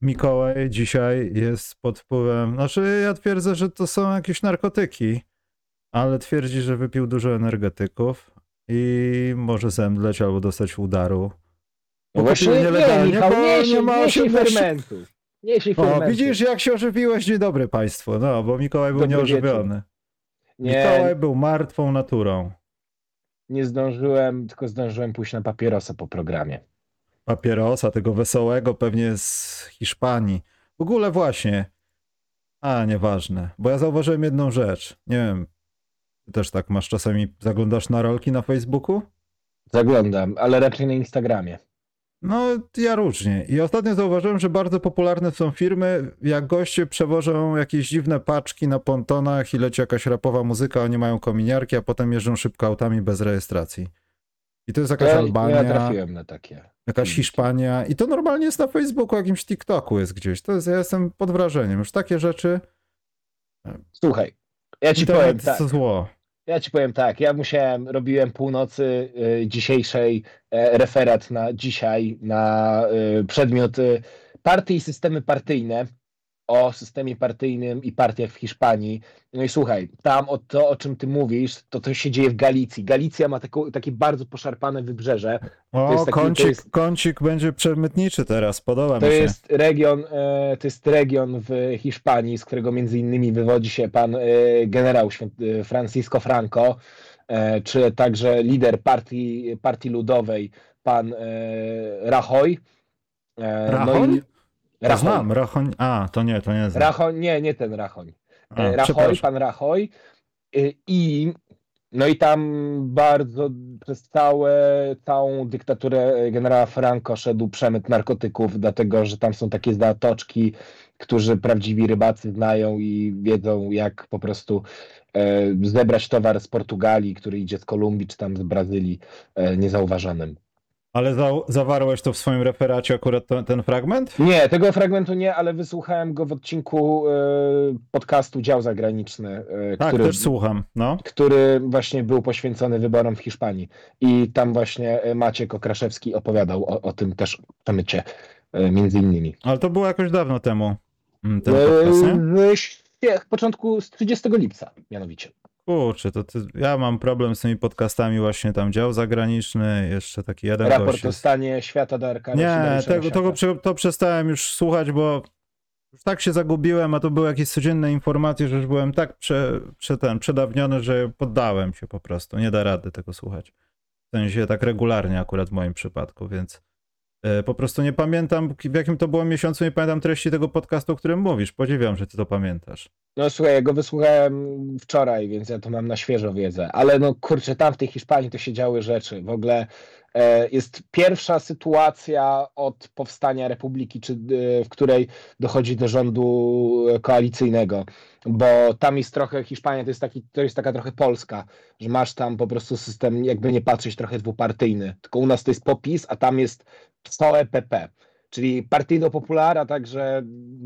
Mikołaj dzisiaj jest pod wpływem, znaczy ja twierdzę, że to są jakieś narkotyki, ale twierdzi, że wypił dużo energetyków i może zemdleć albo dostać udaru. No Bo kupił właśnie nielegalnie, Michał, bo nie ma niesie 18. fermentu. Niesie O, fermentu. widzisz jak się ożywiłeś? Dzień dobry państwu. No, bo Mikołaj był Dobry nieożywiony. Mikołaj był martwą naturą. Nie zdążyłem, tylko zdążyłem pójść na papierosa po programie. Papierosa, tego wesołego, pewnie z Hiszpanii. W ogóle właśnie. Nieważne. Bo ja zauważyłem jedną rzecz. Nie wiem, ty też tak masz czasami, zaglądasz na rolki na Facebooku? Zaglądam, ale raczej na Instagramie. No, ja różnie. I ostatnio zauważyłem, że bardzo popularne są firmy, jak goście przewożą jakieś dziwne paczki na pontonach i leci jakaś rapowa muzyka, oni mają kominiarki, a potem jeżdżą szybko autami bez rejestracji. I to jest jakaś Albania, Ja trafiłem na takie. jakaś Hiszpania i to normalnie jest na Facebooku, jakimś TikToku jest gdzieś. To jest, ja jestem pod wrażeniem. Już takie rzeczy... Słuchaj, ja ci Internet powiem tak. to zło. Ja ci powiem tak, robiłem północy dzisiejszej referat na dzisiaj na przedmiot partie i systemy partyjne, o systemie partyjnym i partiach w Hiszpanii. No i słuchaj, tam to, o czym ty mówisz, to się dzieje w Galicji. Galicja ma takie bardzo poszarpane wybrzeże. O, kącik będzie przemytniczy teraz, podoba mi się. To jest region w Hiszpanii, z którego między innymi wywodzi się pan generał Francisco Franco, czy także lider partii ludowej, pan Rajoy. Rajoy? No To znam, Rajoy. To nie znam. Rajoy, nie ten Rajoy. Rajoy, pan Rajoy. No i tam bardzo przez całą dyktaturę generała Franco szedł przemyt narkotyków, dlatego że tam są takie zatoczki, którzy prawdziwi rybacy znają i wiedzą, jak po prostu zebrać towar z Portugalii, który idzie z Kolumbii czy tam z Brazylii niezauważonym. Ale zawarłeś to w swoim referacie akurat ten fragment? Nie, tego fragmentu nie, ale wysłuchałem go w odcinku podcastu Dział Zagraniczny. Tak, też słucham. No. Który właśnie był poświęcony wyborom w Hiszpanii. I tam właśnie Maciek Okraszewski opowiadał o tym też przemycie, między innymi. Ale to było jakoś dawno temu, ten podcast, nie? W początku z 30 lipca mianowicie. Kurczę, ja mam problem z tymi podcastami właśnie tam Dział Zagraniczny, jeszcze taki jeden Raport o stanie świata do Arkady. To przestałem już słuchać, bo już tak się zagubiłem, a to były jakieś codzienne informacje, że już byłem tak przedawniony, że poddałem się po prostu. Nie da rady tego słuchać. W sensie tak regularnie akurat w moim przypadku, więc po prostu nie pamiętam, w jakim to było miesiącu, nie pamiętam treści tego podcastu, o którym mówisz. Podziwiam, że ty to pamiętasz. No słuchaj, ja go wysłuchałem wczoraj, więc ja to mam na świeżo wiedzę. Ale no kurczę, tam w tej Hiszpanii to się działy rzeczy. W ogóle jest pierwsza sytuacja od powstania republiki, w której dochodzi do rządu koalicyjnego. Bo tam jest trochę, Hiszpania to jest taka trochę Polska, że masz tam po prostu system, jakby nie patrzeć, trochę dwupartyjny. Tylko u nas to jest PO-PiS, a tam jest PSOE-PP, czyli Partido Popular, a także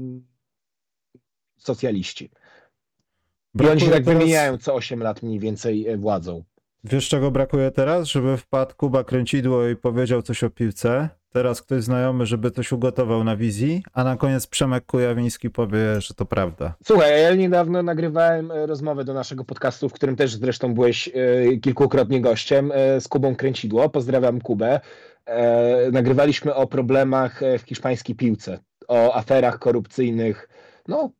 socjaliści. I oni się tak wymieniają co 8 lat mniej więcej władzą. Wiesz, czego brakuje teraz? Żeby wpadł Kuba Kręcidło i powiedział coś o piłce. Teraz ktoś znajomy, żeby coś ugotował na wizji, a na koniec Przemek Kujawiński powie, że to prawda. Słuchaj, ja niedawno nagrywałem rozmowę do naszego podcastu, w którym też zresztą byłeś kilkukrotnie gościem, z Kubą Kręcidło. Pozdrawiam Kubę. Nagrywaliśmy o problemach w hiszpańskiej piłce, o aferach korupcyjnych. No.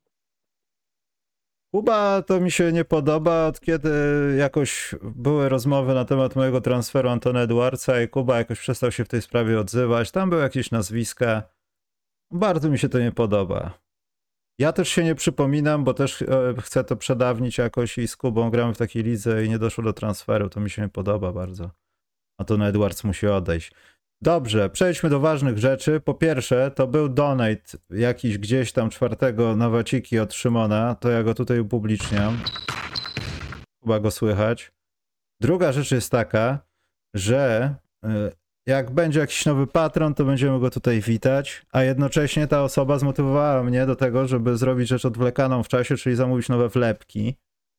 Kuba to mi się nie podoba, od kiedy jakoś były rozmowy na temat mojego transferu Antona Edwardsa i Kuba jakoś przestał się w tej sprawie odzywać. Tam były jakieś nazwiska. Bardzo mi się to nie podoba. Ja też się nie przypominam, bo też chcę to przedawnić jakoś i z Kubą gramy w takiej lidze i nie doszło do transferu. To mi się nie podoba bardzo. Anton Edwards musi odejść. Dobrze, przejdźmy do ważnych rzeczy. Po pierwsze, to był donate jakiś gdzieś tam 4 na waciki od Szymona. To ja go tutaj upubliczniam. Chyba go słychać. Druga rzecz jest taka, że jak będzie jakiś nowy patron, to będziemy go tutaj witać, a jednocześnie ta osoba zmotywowała mnie do tego, żeby zrobić rzecz odwlekaną w czasie, czyli zamówić nowe wlepki,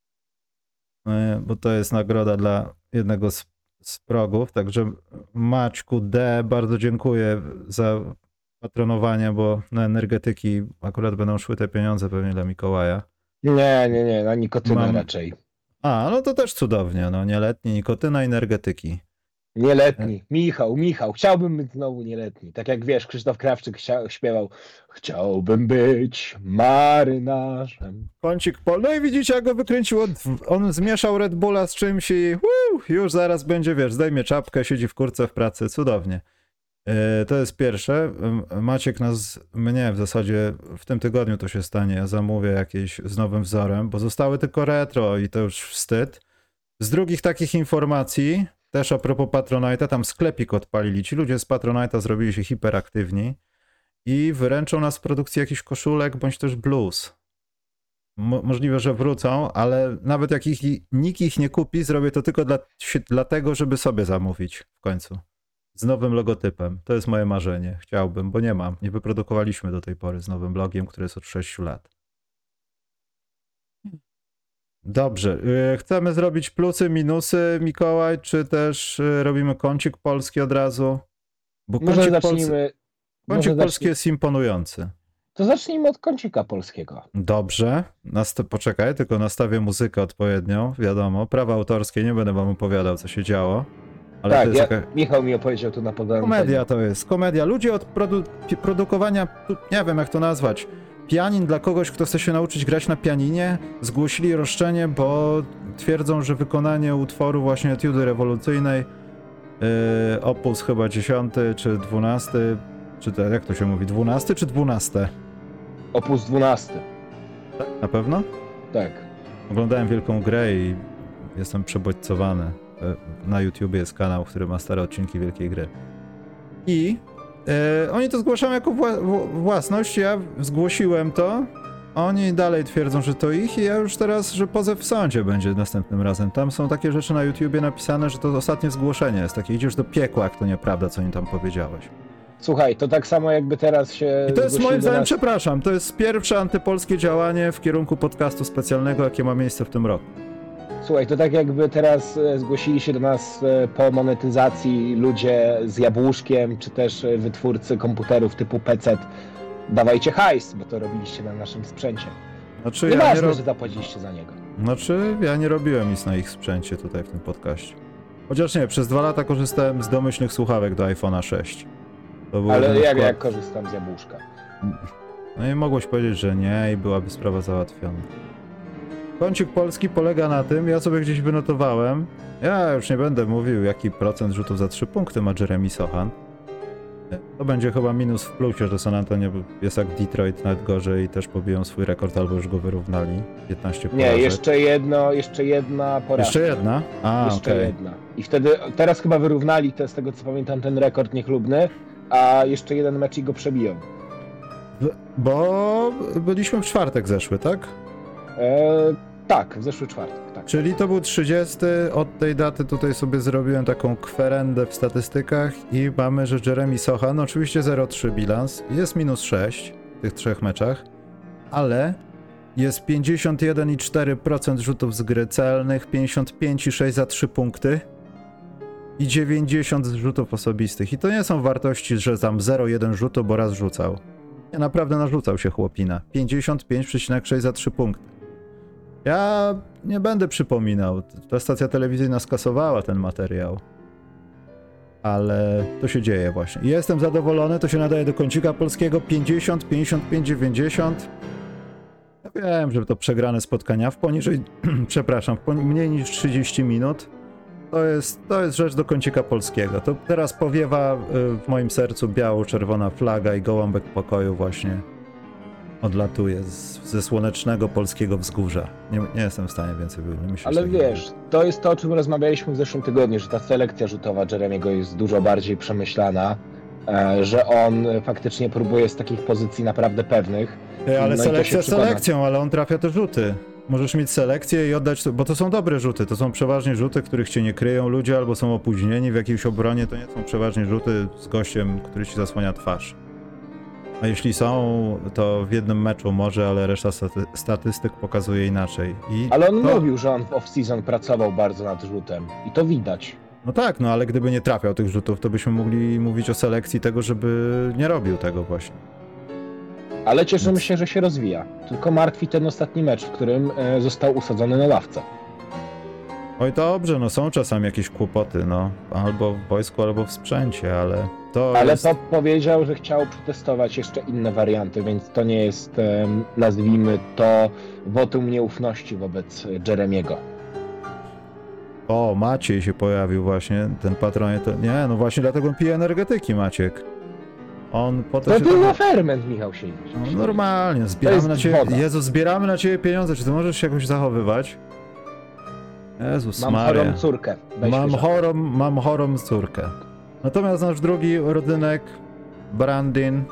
bo to jest nagroda dla jednego z progów, także Maćku D, bardzo dziękuję za patronowania, bo na energetyki akurat będą szły te pieniądze pewnie dla Mikołaja. Nie, na nikotynę raczej. A, no to też cudownie, no nieletni, nikotyna, energetyki. Nieletni. Michał, chciałbym być znowu nieletni. Tak jak wiesz, Krzysztof Krawczyk śpiewał: chciałbym być marynarzem. Kącik no i widzicie, jak go wykręciło. On zmieszał Red Bulla z czymś i już zaraz będzie, wiesz, zdejmie czapkę, siedzi w kurtce w pracy, cudownie. To jest pierwsze. Maciek mnie w zasadzie w tym tygodniu to się stanie. Ja zamówię jakieś z nowym wzorem, bo zostały tylko retro i to już wstyd. Z drugich takich informacji, też a propos Patronite'a, tam sklepik odpalili. Ci ludzie z Patronite'a zrobili się hiperaktywni i wyręczą nas w produkcji jakichś koszulek bądź też blues. Możliwe, że wrócą, ale nawet jak nikt ich nie kupi, zrobię to tylko dlatego, żeby sobie zamówić w końcu. Z nowym logotypem. To jest moje marzenie. Chciałbym, bo nie mam. Nie wyprodukowaliśmy do tej pory z nowym logiem, który jest od 6 lat. Dobrze. Chcemy zrobić plusy, minusy, Mikołaj, czy też robimy kącik polski od razu? Bo kącik polski jest imponujący. To zacznijmy od kącika polskiego. Dobrze. Poczekaj, tylko nastawię muzykę odpowiednią. Wiadomo, prawa autorskie, nie będę wam opowiadał, co się działo. Ale tak, to jest Michał mi opowiedział tu na podaniu. Komedia to jest, komedia. Ludzie od produkowania, nie wiem jak to nazwać, pianin dla kogoś, kto chce się nauczyć grać na pianinie, zgłosili roszczenie, bo twierdzą, że wykonanie utworu właśnie etiudy rewolucyjnej, opus chyba 10 czy 12, czy to, jak to się mówi, 12 czy 12? Opus 12. Tak? Na pewno? Tak. Oglądałem Wielką Grę i jestem przebodźcowany. Na YouTubie jest kanał, który ma stare odcinki Wielkiej Gry. I oni to zgłaszają jako własność, ja zgłosiłem to, oni dalej twierdzą, że to ich i ja już teraz, że pozew w sądzie będzie następnym razem. Tam są takie rzeczy na YouTubie napisane, że to ostatnie zgłoszenie jest takie, idziesz do piekła, jak to nieprawda, co im tam powiedziałeś. Słuchaj, to tak samo jakby teraz się... I to jest moim zdaniem, przepraszam, to jest pierwsze antypolskie działanie w kierunku podcastu specjalnego, jakie ma miejsce w tym roku. Słuchaj, to tak jakby teraz zgłosili się do nas po monetyzacji ludzie z jabłuszkiem, czy też wytwórcy komputerów typu PC. Dawajcie hajs, bo to robiliście na naszym sprzęcie. Znaczy, Nieważne, że zapłaciliście za niego. Znaczy, ja nie robiłem nic na ich sprzęcie tutaj w tym podcaście. Chociaż nie, przez 2 lata korzystałem z domyślnych słuchawek do iPhone'a 6. Ale jak korzystam z jabłuszka? No i mogłeś powiedzieć, że nie i byłaby sprawa załatwiona. Kącik polski polega na tym, ja sobie gdzieś wynotowałem, ja już nie będę mówił, jaki procent rzutów za 3 punkty ma Jeremy Sochan. To będzie chyba minus w plusie, że San Antonio jest jak Detroit, nawet gorzej i też pobiją swój rekord, albo już go wyrównali. 15 porażek. Nie, jeszcze jedna porażka. Jeszcze jedna? Jeszcze jedna. I wtedy, teraz chyba wyrównali, z tego co pamiętam, ten rekord niechlubny, a jeszcze jeden mecz i go przebiją. Bo byliśmy w czwartek zeszły, tak? Tak, w zeszły czwartek. Tak. Czyli to był 30, od tej daty tutaj sobie zrobiłem taką kwerendę w statystykach i mamy, że Jeremy Sochan, oczywiście 0,3 bilans, jest minus 6 w tych 3 meczach, ale jest 51,4% rzutów z gry celnych, 55,6 za 3 punkty i 90 rzutów osobistych. I to nie są wartości, że tam 0,1 rzutu, bo raz rzucał. Nie, naprawdę narzucał się chłopina. 55,6 za 3 punkty. Ja nie będę przypominał, ta stacja telewizyjna skasowała ten materiał, ale to się dzieje właśnie. Jestem zadowolony, to się nadaje do kącika polskiego 50, 55, 90. Ja wiem, że to przegrane spotkania w poniżej, przepraszam, w mniej niż 30 minut. To jest rzecz do kącika polskiego. To teraz powiewa w moim sercu biało-czerwona flaga i gołąbek pokoju właśnie odlatuje ze słonecznego polskiego wzgórza. Nie jestem w stanie więcej myśleć. Ale wiesz, to jest to, o czym rozmawialiśmy w zeszłym tygodniu, że ta selekcja rzutowa Jeremiego jest dużo bardziej przemyślana, że on faktycznie próbuje z takich pozycji naprawdę pewnych. Ale selekcja selekcją, ale on trafia te rzuty. Możesz mieć selekcję i oddać, bo to są dobre rzuty, to są przeważnie rzuty, których cię nie kryją ludzie, albo są opóźnieni w jakiejś obronie, to nie są przeważnie rzuty z gościem, który ci zasłania twarz. A jeśli są, to w jednym meczu może, ale reszta statystyk pokazuje inaczej. Ale on mówił, że on w off-season pracował bardzo nad rzutem i to widać. No tak, no ale gdyby nie trafiał tych rzutów, to byśmy mogli mówić o selekcji tego, żeby nie robił tego właśnie. Ale cieszymy się, że się rozwija. Tylko martwi ten ostatni mecz, w którym został usadzony na ławce. Oj dobrze, no są czasami jakieś kłopoty, no. Albo w wojsku, albo w sprzęcie, ale to Ale jest... Pop powiedział, że chciał przetestować jeszcze inne warianty, więc to nie jest, nazwijmy to, wotum nieufności wobec Jeremiego. O, Maciej się pojawił właśnie, ten patronie to... Nie, no właśnie dlatego on pije energetyki, Maciek. On po to To się... był na ferment, Michał się idzie. No, normalnie, zbieramy na ciebie... woda. Jezu, zbieramy na ciebie pieniądze, czy ty możesz się jakoś zachowywać? Jezus Mam Maria. chorą córkę. Mam chorą córkę. Natomiast nasz drugi rodynek, Brandin.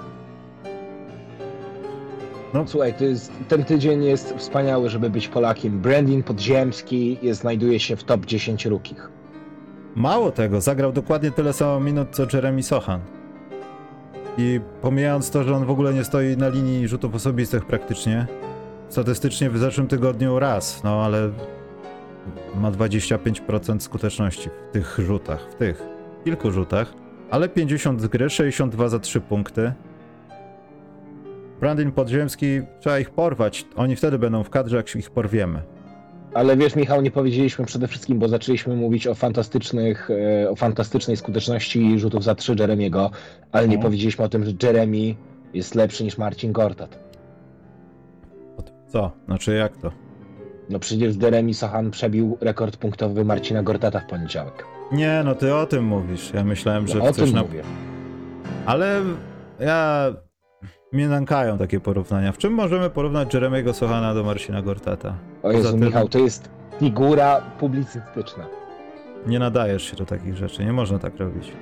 No, Słuchaj, ten tydzień jest wspaniały, żeby być Polakiem. Brandin Podziemski znajduje się w top 10 rookich. mało tego, zagrał dokładnie tyle samo minut co Jeremy Sochan. I pomijając to, że on w ogóle nie stoi na linii rzutów osobistych praktycznie, statystycznie w zeszłym tygodniu raz, no ale ma 25% skuteczności w tych rzutach, w tych kilku rzutach, ale 50 z gry, 62 za 3 punkty. Brandin Podziemski, trzeba ich porwać, oni wtedy będą w kadrze, jak ich porwiemy. Ale wiesz, Michał, nie powiedzieliśmy przede wszystkim, bo zaczęliśmy mówić o fantastycznej skuteczności rzutów za 3 Jeremiego, ale nie powiedzieliśmy o tym, że Jeremy jest lepszy niż Marcin Gortat. Co? Znaczy jak to? No przecież Jeremy Sochan przebił rekord punktowy Marcina Gortata w poniedziałek. Nie, no ty o tym mówisz, ja myślałem, że No, o chcesz tym na... mówię. Ale mnie nękają takie porównania. W czym możemy porównać Jeremiego Sochana do Marcina Gortata? O Jezu, Poza tym Michał, to jest figura publicystyczna. nie nadajesz się do takich rzeczy, nie można tak robić.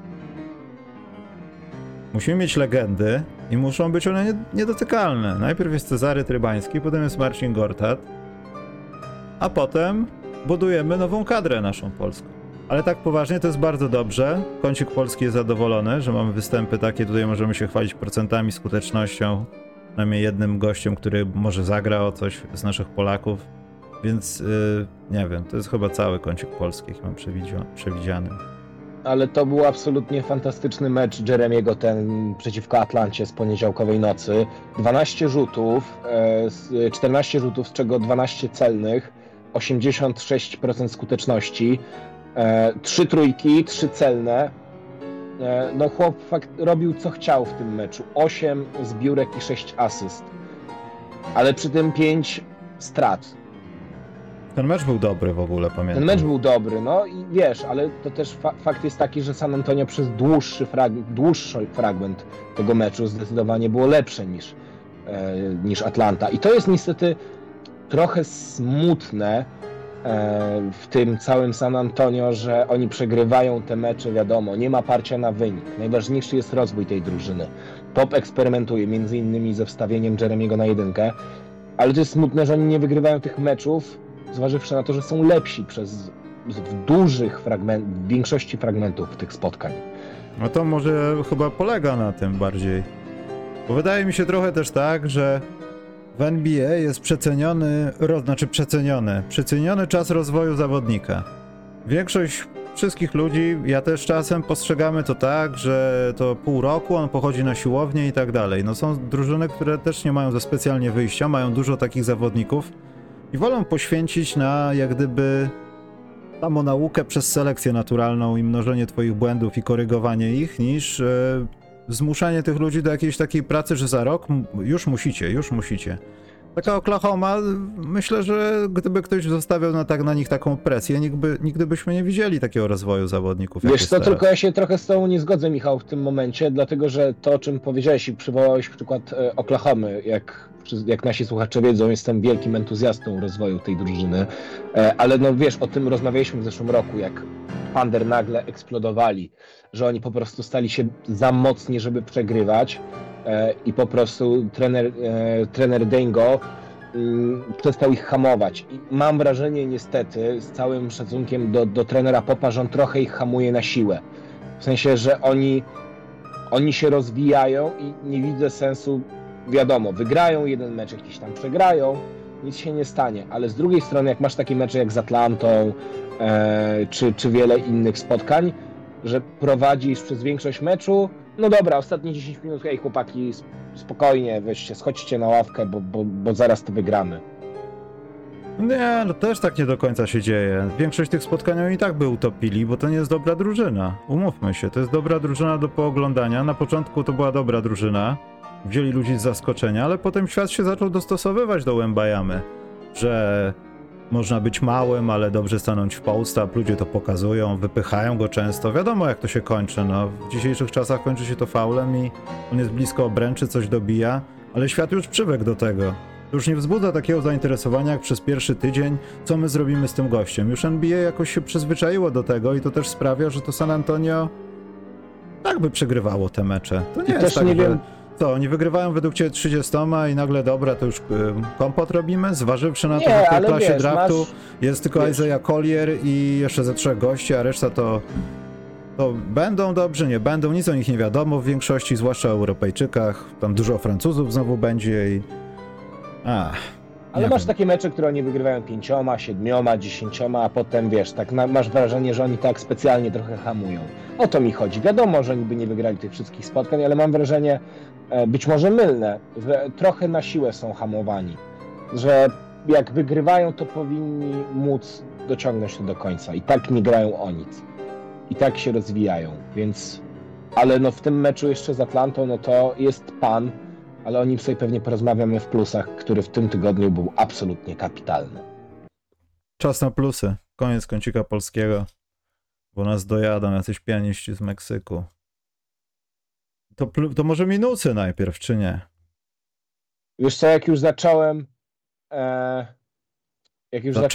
Musimy mieć legendy i muszą być one niedotykalne. Najpierw jest Cezary Trybański, potem jest Marcin Gortat, a potem budujemy nową kadrę naszą polską. Ale tak poważnie to jest bardzo dobrze. Kącik Polski jest zadowolony, że mamy występy takie, tutaj możemy się chwalić procentami, skutecznością. Przynajmniej jednym gościem, który może zagra o coś z naszych Polaków. Więc nie wiem, to jest chyba cały Kącik Polski, jaki mam przewidziany. Ale to był absolutnie fantastyczny mecz Jeremiego, ten przeciwko Atlancie z poniedziałkowej nocy. 12 rzutów, 14 rzutów, z czego 12 celnych, 86% skuteczności, 3 trójki, 3 celne. No chłop robił co chciał w tym meczu. 8 zbiórek i 6 asyst. Ale przy tym 5 strat. Ten mecz był dobry w ogóle, pamiętam. Ten mecz był dobry, no i wiesz, ale to też fakt jest taki, że San Antonio przez dłuższy fragment tego meczu zdecydowanie było lepsze niż Atlanta. I to jest niestety trochę smutne w tym całym San Antonio, że oni przegrywają te mecze, wiadomo, nie ma parcia na wynik. Najważniejszy jest rozwój tej drużyny. Pop eksperymentuje między innymi ze wstawieniem Jeremiego na 1, ale to jest smutne, że oni nie wygrywają tych meczów, zważywszy na to, że są lepsi w większości fragmentów tych spotkań. No to może chyba polega na tym bardziej. Bo wydaje mi się trochę też tak, że w NBA jest przeceniony czas rozwoju zawodnika. Większość wszystkich ludzi, ja też czasem postrzegamy to tak, że to pół roku, on pochodzi na siłownię i tak dalej. No są drużyny, które też nie mają za specjalnie wyjścia, mają dużo takich zawodników i wolą poświęcić na jak gdyby samą naukę przez selekcję naturalną i mnożenie twoich błędów i korygowanie ich, niż zmuszanie tych ludzi do jakiejś takiej pracy, że za rok już musicie. Taka Oklahoma, myślę, że gdyby ktoś zostawiał na nich taką presję, nigdy byśmy nie widzieli takiego rozwoju zawodników. Wiesz co, tylko ja się trochę z tobą nie zgodzę, Michał, w tym momencie, dlatego że to, o czym powiedziałeś i przywołałeś przykład Oklahomy, jak nasi słuchacze wiedzą, jestem wielkim entuzjastą rozwoju tej drużyny, ale no wiesz, o tym rozmawialiśmy w zeszłym roku, jak Thunder nagle eksplodowali, że oni po prostu stali się za mocni, żeby przegrywać i po prostu trener Dengo przestał ich hamować. I mam wrażenie niestety, z całym szacunkiem do trenera Popa, że on trochę ich hamuje na siłę. W sensie, że oni się rozwijają i nie widzę sensu, wiadomo, wygrają jeden mecz, jakiś tam przegrają, nic się nie stanie, ale z drugiej strony, jak masz takie mecze jak z Atlantą, czy wiele innych spotkań, że prowadzisz przez większość meczu, no dobra, ostatnie 10 minut, hej chłopaki, spokojnie, weźcie, schodźcie na ławkę, bo zaraz to wygramy. Nie, no też tak nie do końca się dzieje. Większość tych spotkań oni i tak by utopili, bo to nie jest dobra drużyna. Umówmy się, to jest dobra drużyna do pooglądania. Na początku to była dobra drużyna. Wzięli ludzi z zaskoczenia, ale potem świat się zaczął dostosowywać do Wembanyamy. Że można być małym, ale dobrze stanąć w post-up, ludzie to pokazują, wypychają go często. Wiadomo jak to się kończy, no. W dzisiejszych czasach kończy się to faulem i on jest blisko obręczy, coś dobija, ale świat już przywykł do tego. To już nie wzbudza takiego zainteresowania jak przez pierwszy tydzień, co my zrobimy z tym gościem. Już NBA jakoś się przyzwyczaiło do tego i to też sprawia, że to San Antonio tak by przegrywało te mecze. To nie jest tak, że... Co, oni wygrywają według ciebie 30 i nagle dobra, to już kompot robimy? Zważywszy na to, że w tej klasie draftu jest tylko Isaiah Collier i jeszcze ze 3 gości, a reszta to będą dobrzy, nie będą, nic o nich nie wiadomo w większości, zwłaszcza o Europejczykach. Tam dużo Francuzów znowu będzie i... Ale masz takie mecze, które oni wygrywają 5, 7, 10, a potem wiesz, tak masz wrażenie, że oni tak specjalnie trochę hamują. O to mi chodzi. Wiadomo, że oni by nie wygrali tych wszystkich spotkań, ale mam wrażenie, być może mylne, że trochę na siłę są hamowani. Że jak wygrywają, to powinni móc dociągnąć to do końca. I tak nie grają o nic. I tak się rozwijają, więc... Ale no w tym meczu jeszcze z Atlantą, no to jest pan, ale o nim sobie pewnie porozmawiamy w plusach, który w tym tygodniu był absolutnie kapitalny. Czas na plusy. Koniec kącika polskiego. Bo nas dojadą jacyś pianiści z Meksyku. To może minusy najpierw, czy nie? Wiesz co, jak już zacząłem... Jak już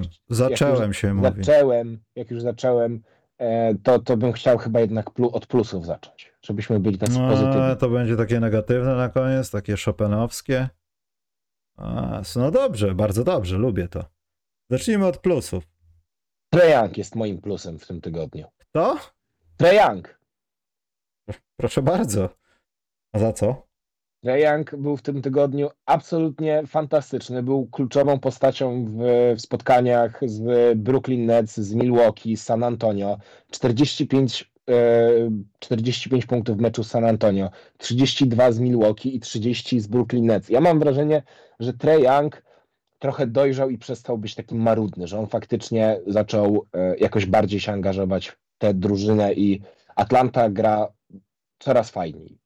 zacząłem, to bym chciał chyba jednak od plusów zacząć, żebyśmy byli tacy pozytywni. To będzie takie negatywne na koniec, takie chopinowskie. No dobrze, bardzo dobrze, lubię to. Zacznijmy od plusów. Trae Young jest moim plusem w tym tygodniu. Kto? Trae Young. Proszę bardzo. A za co? Trae Young był w tym tygodniu absolutnie fantastyczny. Był kluczową postacią w spotkaniach z Brooklyn Nets, z Milwaukee, z San Antonio. 45 punktów w meczu z San Antonio, 32 z Milwaukee i 30 z Brooklyn Nets. Ja mam wrażenie, że Trae Young trochę dojrzał i przestał być taki marudny, że on faktycznie zaczął jakoś bardziej się angażować w tę drużynę i Atlanta gra coraz fajniej.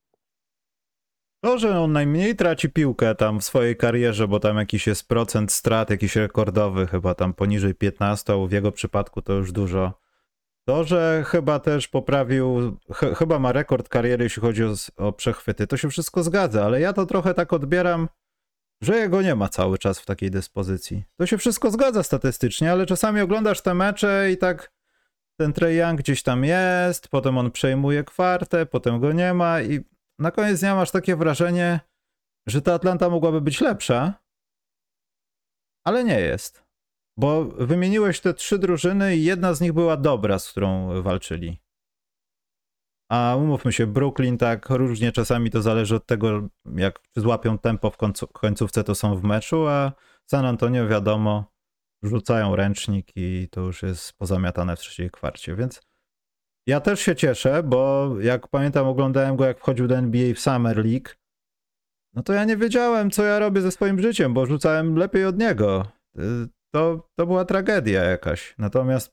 To, że on najmniej traci piłkę tam w swojej karierze, bo tam jakiś jest procent strat, jakiś rekordowy, chyba tam poniżej 15, w jego przypadku to już dużo. To, że chyba też poprawił, chyba ma rekord kariery, jeśli chodzi o przechwyty, to się wszystko zgadza, ale ja to trochę tak odbieram, że jego nie ma cały czas w takiej dyspozycji. To się wszystko zgadza statystycznie, ale czasami oglądasz te mecze i tak ten Trae Young gdzieś tam jest, potem on przejmuje kwartę, potem go nie ma i na koniec dnia masz takie wrażenie, że ta Atlanta mogłaby być lepsza, ale nie jest. Bo wymieniłeś te 3 drużyny i jedna z nich była dobra, z którą walczyli. A umówmy się, Brooklyn tak różnie czasami to zależy od tego, jak złapią tempo w końcówce, to są w meczu, a San Antonio wiadomo, rzucają ręcznik i to już jest pozamiatane w trzeciej kwarcie, więc ja też się cieszę, bo jak pamiętam, oglądałem go jak wchodził do NBA w Summer League, no to ja nie wiedziałem, co ja robię ze swoim życiem, bo rzucałem lepiej od niego. To była tragedia jakaś. Natomiast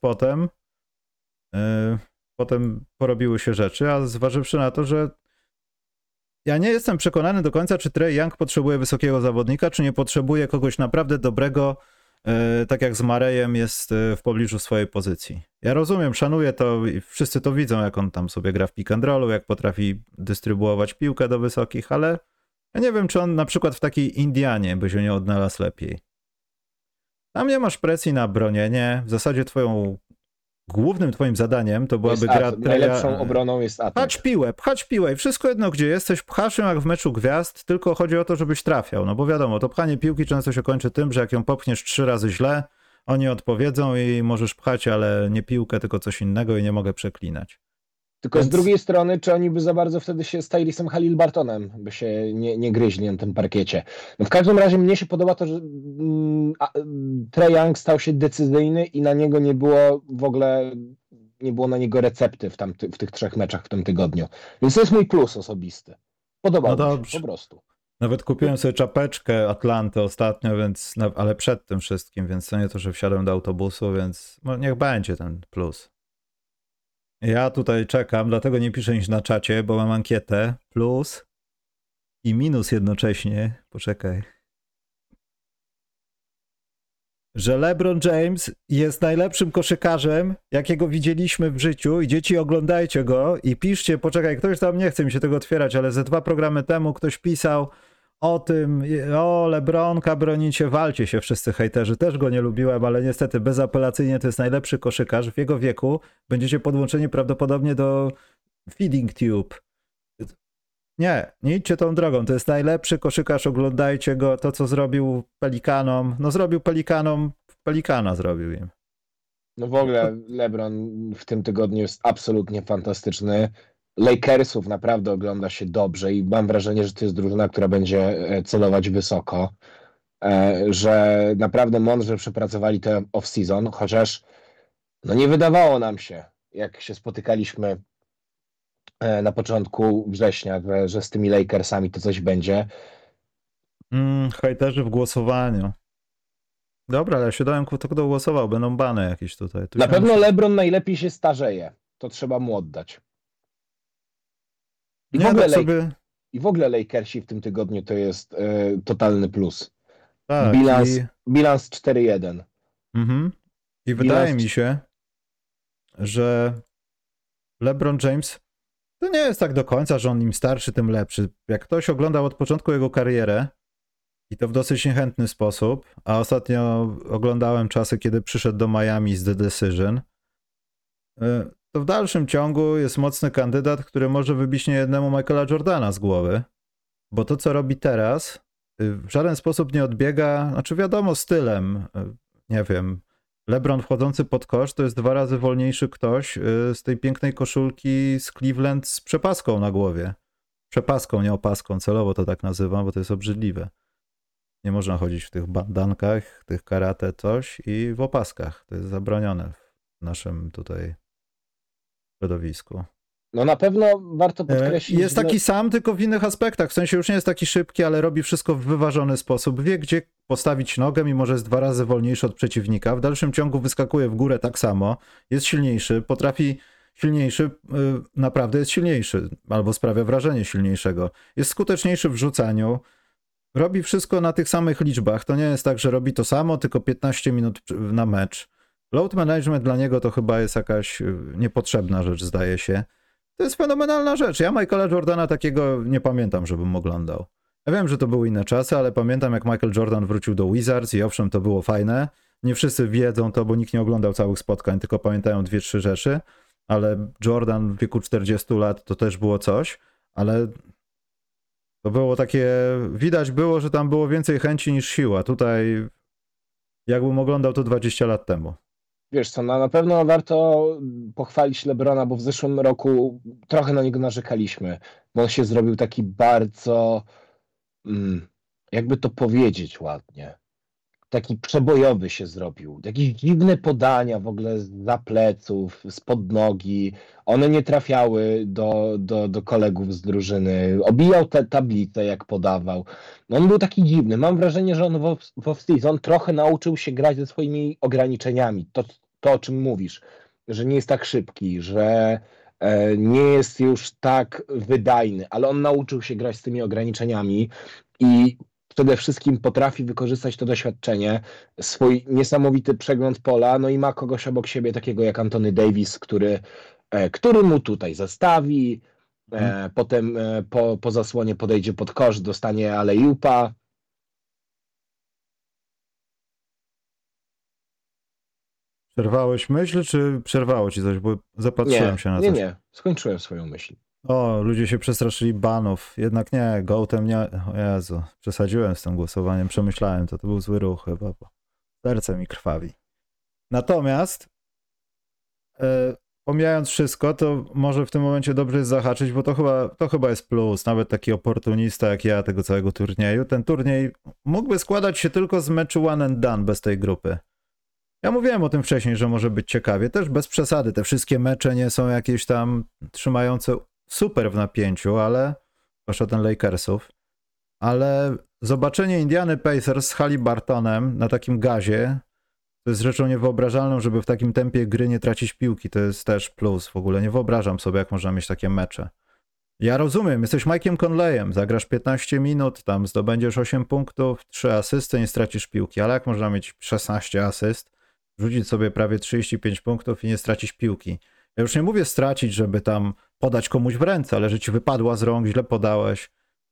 potem porobiły się rzeczy, a zważywszy na to, że ja nie jestem przekonany do końca, czy Trae Young potrzebuje wysokiego zawodnika, czy nie potrzebuje kogoś naprawdę dobrego, tak jak z Marejem jest w pobliżu swojej pozycji. Ja rozumiem, szanuję to i wszyscy to widzą, jak on tam sobie gra w pick and rollu, jak potrafi dystrybuować piłkę do wysokich, ale ja nie wiem, czy on na przykład w takiej Indianie by się nie odnalazł lepiej. Tam nie masz presji na bronienie. W zasadzie głównym twoim zadaniem to byłaby gra... Najlepszą obroną jest atak. Pchać piłę i wszystko jedno, gdzie jesteś, pchasz ją jak w meczu gwiazd, tylko chodzi o to, żebyś trafiał. No bo wiadomo, to pchanie piłki często się kończy tym, że jak ją popchniesz 3 razy źle, oni odpowiedzą i możesz pchać, ale nie piłkę, tylko coś innego i nie mogę przeklinać. Tylko z drugiej strony, czy oni by za bardzo wtedy się z Tyrese'em Halliburtonem by się nie gryźli na tym parkiecie. No w każdym razie mnie się podoba to, że Trae Young stał się decyzyjny i na niego nie było w ogóle, nie było na niego recepty w tych 3 meczach w tym tygodniu. Więc to jest mój plus osobisty. Podobał mi się, po prostu. Nawet kupiłem sobie czapeczkę Atlanty ostatnio, więc, ale przed tym wszystkim, więc to nie to, że wsiadłem do autobusu, więc niech będzie ten plus. Ja tutaj czekam, dlatego nie piszę nic na czacie, bo mam ankietę plus i minus jednocześnie. Poczekaj. Że LeBron James jest najlepszym koszykarzem, jakiego widzieliśmy w życiu i dzieci oglądajcie go i piszcie, poczekaj, ktoś tam, nie chce mi się tego otwierać, ale ze 2 programy temu ktoś pisał o tym, o LeBronka bronicie, walcie się wszyscy hejterzy, też go nie lubiłem, ale niestety bezapelacyjnie to jest najlepszy koszykarz w jego wieku, będziecie podłączeni prawdopodobnie do Feeding Tube. Nie idźcie tą drogą, to jest najlepszy koszykarz, oglądajcie go, to co zrobił Pelikanom, no zrobił Pelikanom, Pelikana zrobił im. No w ogóle LeBron w tym tygodniu jest absolutnie fantastyczny. Lakersów naprawdę ogląda się dobrze i mam wrażenie, że to jest drużyna, która będzie celować wysoko, że naprawdę mądrze przepracowali tę off-season, chociaż no nie wydawało nam się, jak się spotykaliśmy na początku września, że z tymi Lakersami to coś będzie. Hejterzy w głosowaniu. Dobra, ale ja się dałem, kto głosował, będą bany jakieś tutaj. Na pewno LeBron najlepiej się starzeje, to trzeba mu oddać. I w ogóle Lakersi w tym tygodniu to jest totalny plus. Tak, bilans 4-1. I wydaje mi się, że LeBron James to nie jest tak do końca, że on im starszy, tym lepszy. Jak ktoś oglądał od początku jego karierę i to w dosyć niechętny sposób, a ostatnio oglądałem czasy, kiedy przyszedł do Miami z The Decision, to w dalszym ciągu jest mocny kandydat, który może wybić niejednemu Michaela Jordana z głowy, bo to, co robi teraz, w żaden sposób nie odbiega, znaczy wiadomo, stylem, nie wiem, LeBron wchodzący pod kosz to jest 2 razy wolniejszy ktoś z tej pięknej koszulki z Cleveland z przepaską na głowie. Przepaską, nie opaską, celowo to tak nazywam, bo to jest obrzydliwe. Nie można chodzić w tych bandankach, tych karate coś i w opaskach. To jest zabronione w naszym tutaj środowisku. No na pewno warto podkreślić. Jest taki sam, tylko w innych aspektach. W sensie już nie jest taki szybki, ale robi wszystko w wyważony sposób. Wie, gdzie postawić nogę, mimo że jest 2 razy wolniejszy od przeciwnika. W dalszym ciągu wyskakuje w górę tak samo. Jest silniejszy, naprawdę jest silniejszy, albo sprawia wrażenie silniejszego. Jest skuteczniejszy w rzucaniu. Robi wszystko na tych samych liczbach. To nie jest tak, że robi to samo, tylko 15 minut na mecz. Load management dla niego to chyba jest jakaś niepotrzebna rzecz, zdaje się. To jest fenomenalna rzecz. Ja Michaela Jordana takiego nie pamiętam, żebym oglądał. Ja wiem, że to były inne czasy, ale pamiętam, jak Michael Jordan wrócił do Wizards i owszem, to było fajne. Nie wszyscy wiedzą to, bo nikt nie oglądał całych spotkań, tylko pamiętają 2-3 rzeczy, ale Jordan w wieku 40 lat to też było coś, ale to było takie, widać było, że tam było więcej chęci niż siła. Tutaj jakbym oglądał to 20 lat temu. Wiesz co, na pewno warto pochwalić LeBrona, bo w zeszłym roku trochę na niego narzekaliśmy, bo on się zrobił taki bardzo, jakby to powiedzieć ładnie, taki przebojowy się zrobił. Jakieś dziwne podania w ogóle za pleców, spod nogi. One nie trafiały do kolegów z drużyny. Obijał te tablice, jak podawał. No on był taki dziwny. Mam wrażenie, że on w off-season trochę nauczył się grać ze swoimi ograniczeniami. To, o czym mówisz, że nie jest tak szybki, że nie jest już tak wydajny, ale on nauczył się grać z tymi ograniczeniami i przede wszystkim potrafi wykorzystać to doświadczenie, swój niesamowity przegląd pola, no i ma kogoś obok siebie takiego jak Anthony Davis, który mu tutaj zastawi, potem po zasłonie podejdzie pod kosz, dostanie alley-oopa. Przerwałeś myśl, czy przerwało ci coś? Bo zapatrzyłem się na coś. Nie, skończyłem swoją myśl. O, ludzie się przestraszyli banów. Jednak nie, Gołtem nie. O Jezu, przesadziłem z tym głosowaniem, przemyślałem to. To był zły ruch chyba, bo serce mi krwawi. Natomiast pomijając wszystko, to może w tym momencie dobrze jest zahaczyć, bo to chyba jest plus. Nawet taki oportunista jak ja tego całego turnieju. Ten turniej mógłby składać się tylko z meczu one and done bez tej grupy. Ja mówiłem o tym wcześniej, że może być ciekawie. Też bez przesady. Te wszystkie mecze nie są jakieś tam trzymające super w napięciu, ale zwłaszcza ten Lakersów. Ale zobaczenie Indiany Pacers z Haliburtonem na takim gazie to jest rzeczą niewyobrażalną, żeby w takim tempie gry nie tracić piłki. To jest też plus. W ogóle nie wyobrażam sobie, jak można mieć takie mecze. Ja rozumiem, jesteś Mike'iem Conleyem, zagrasz 15 minut, tam zdobędziesz 8 punktów, 3 asysty, nie stracisz piłki, ale jak można mieć 16 asyst, rzucić sobie prawie 35 punktów i nie stracić piłki? Ja już nie mówię stracić, żeby tam podać komuś w ręce, ale że ci wypadła z rąk, źle podałeś.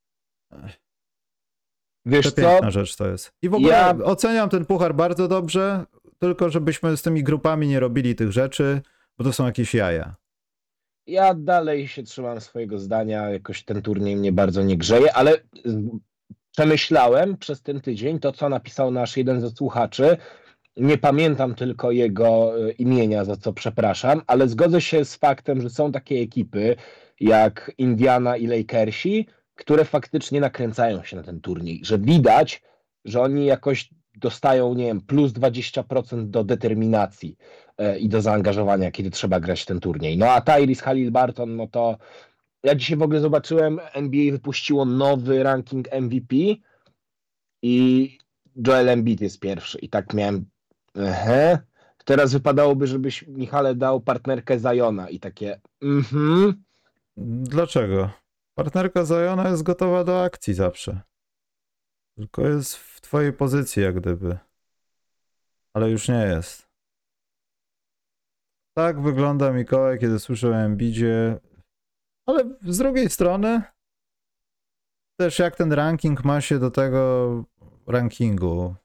Wiesz co? Piękna rzecz to jest. I w ogóle oceniam ten puchar bardzo dobrze, tylko żebyśmy z tymi grupami nie robili tych rzeczy, bo to są jakieś jaja. Ja dalej się trzymam swojego zdania, jakoś ten turniej mnie bardzo nie grzeje, ale przemyślałem przez ten tydzień to, co napisał nasz jeden ze słuchaczy. Nie pamiętam tylko jego imienia, za co przepraszam, ale zgodzę się z faktem, że są takie ekipy jak Indiana i Lakersi, które faktycznie nakręcają się na ten turniej, że widać, że oni jakoś dostają, nie wiem, plus 20% do determinacji i do zaangażowania, kiedy trzeba grać ten turniej. No a Tyrese Haliburton, no to ja dzisiaj w ogóle zobaczyłem, NBA wypuściło nowy ranking MVP i Joel Embiid jest pierwszy i tak miałem teraz wypadałoby, żebyś Michale dał partnerkę Ziona i takie Dlaczego? Partnerka Ziona jest gotowa do akcji zawsze. Tylko jest w twojej pozycji jak gdyby. Ale już nie jest. Tak wygląda Mikołaj, kiedy słyszę o Embiidzie. Ale z drugiej strony też jak ten ranking ma się do tego rankingu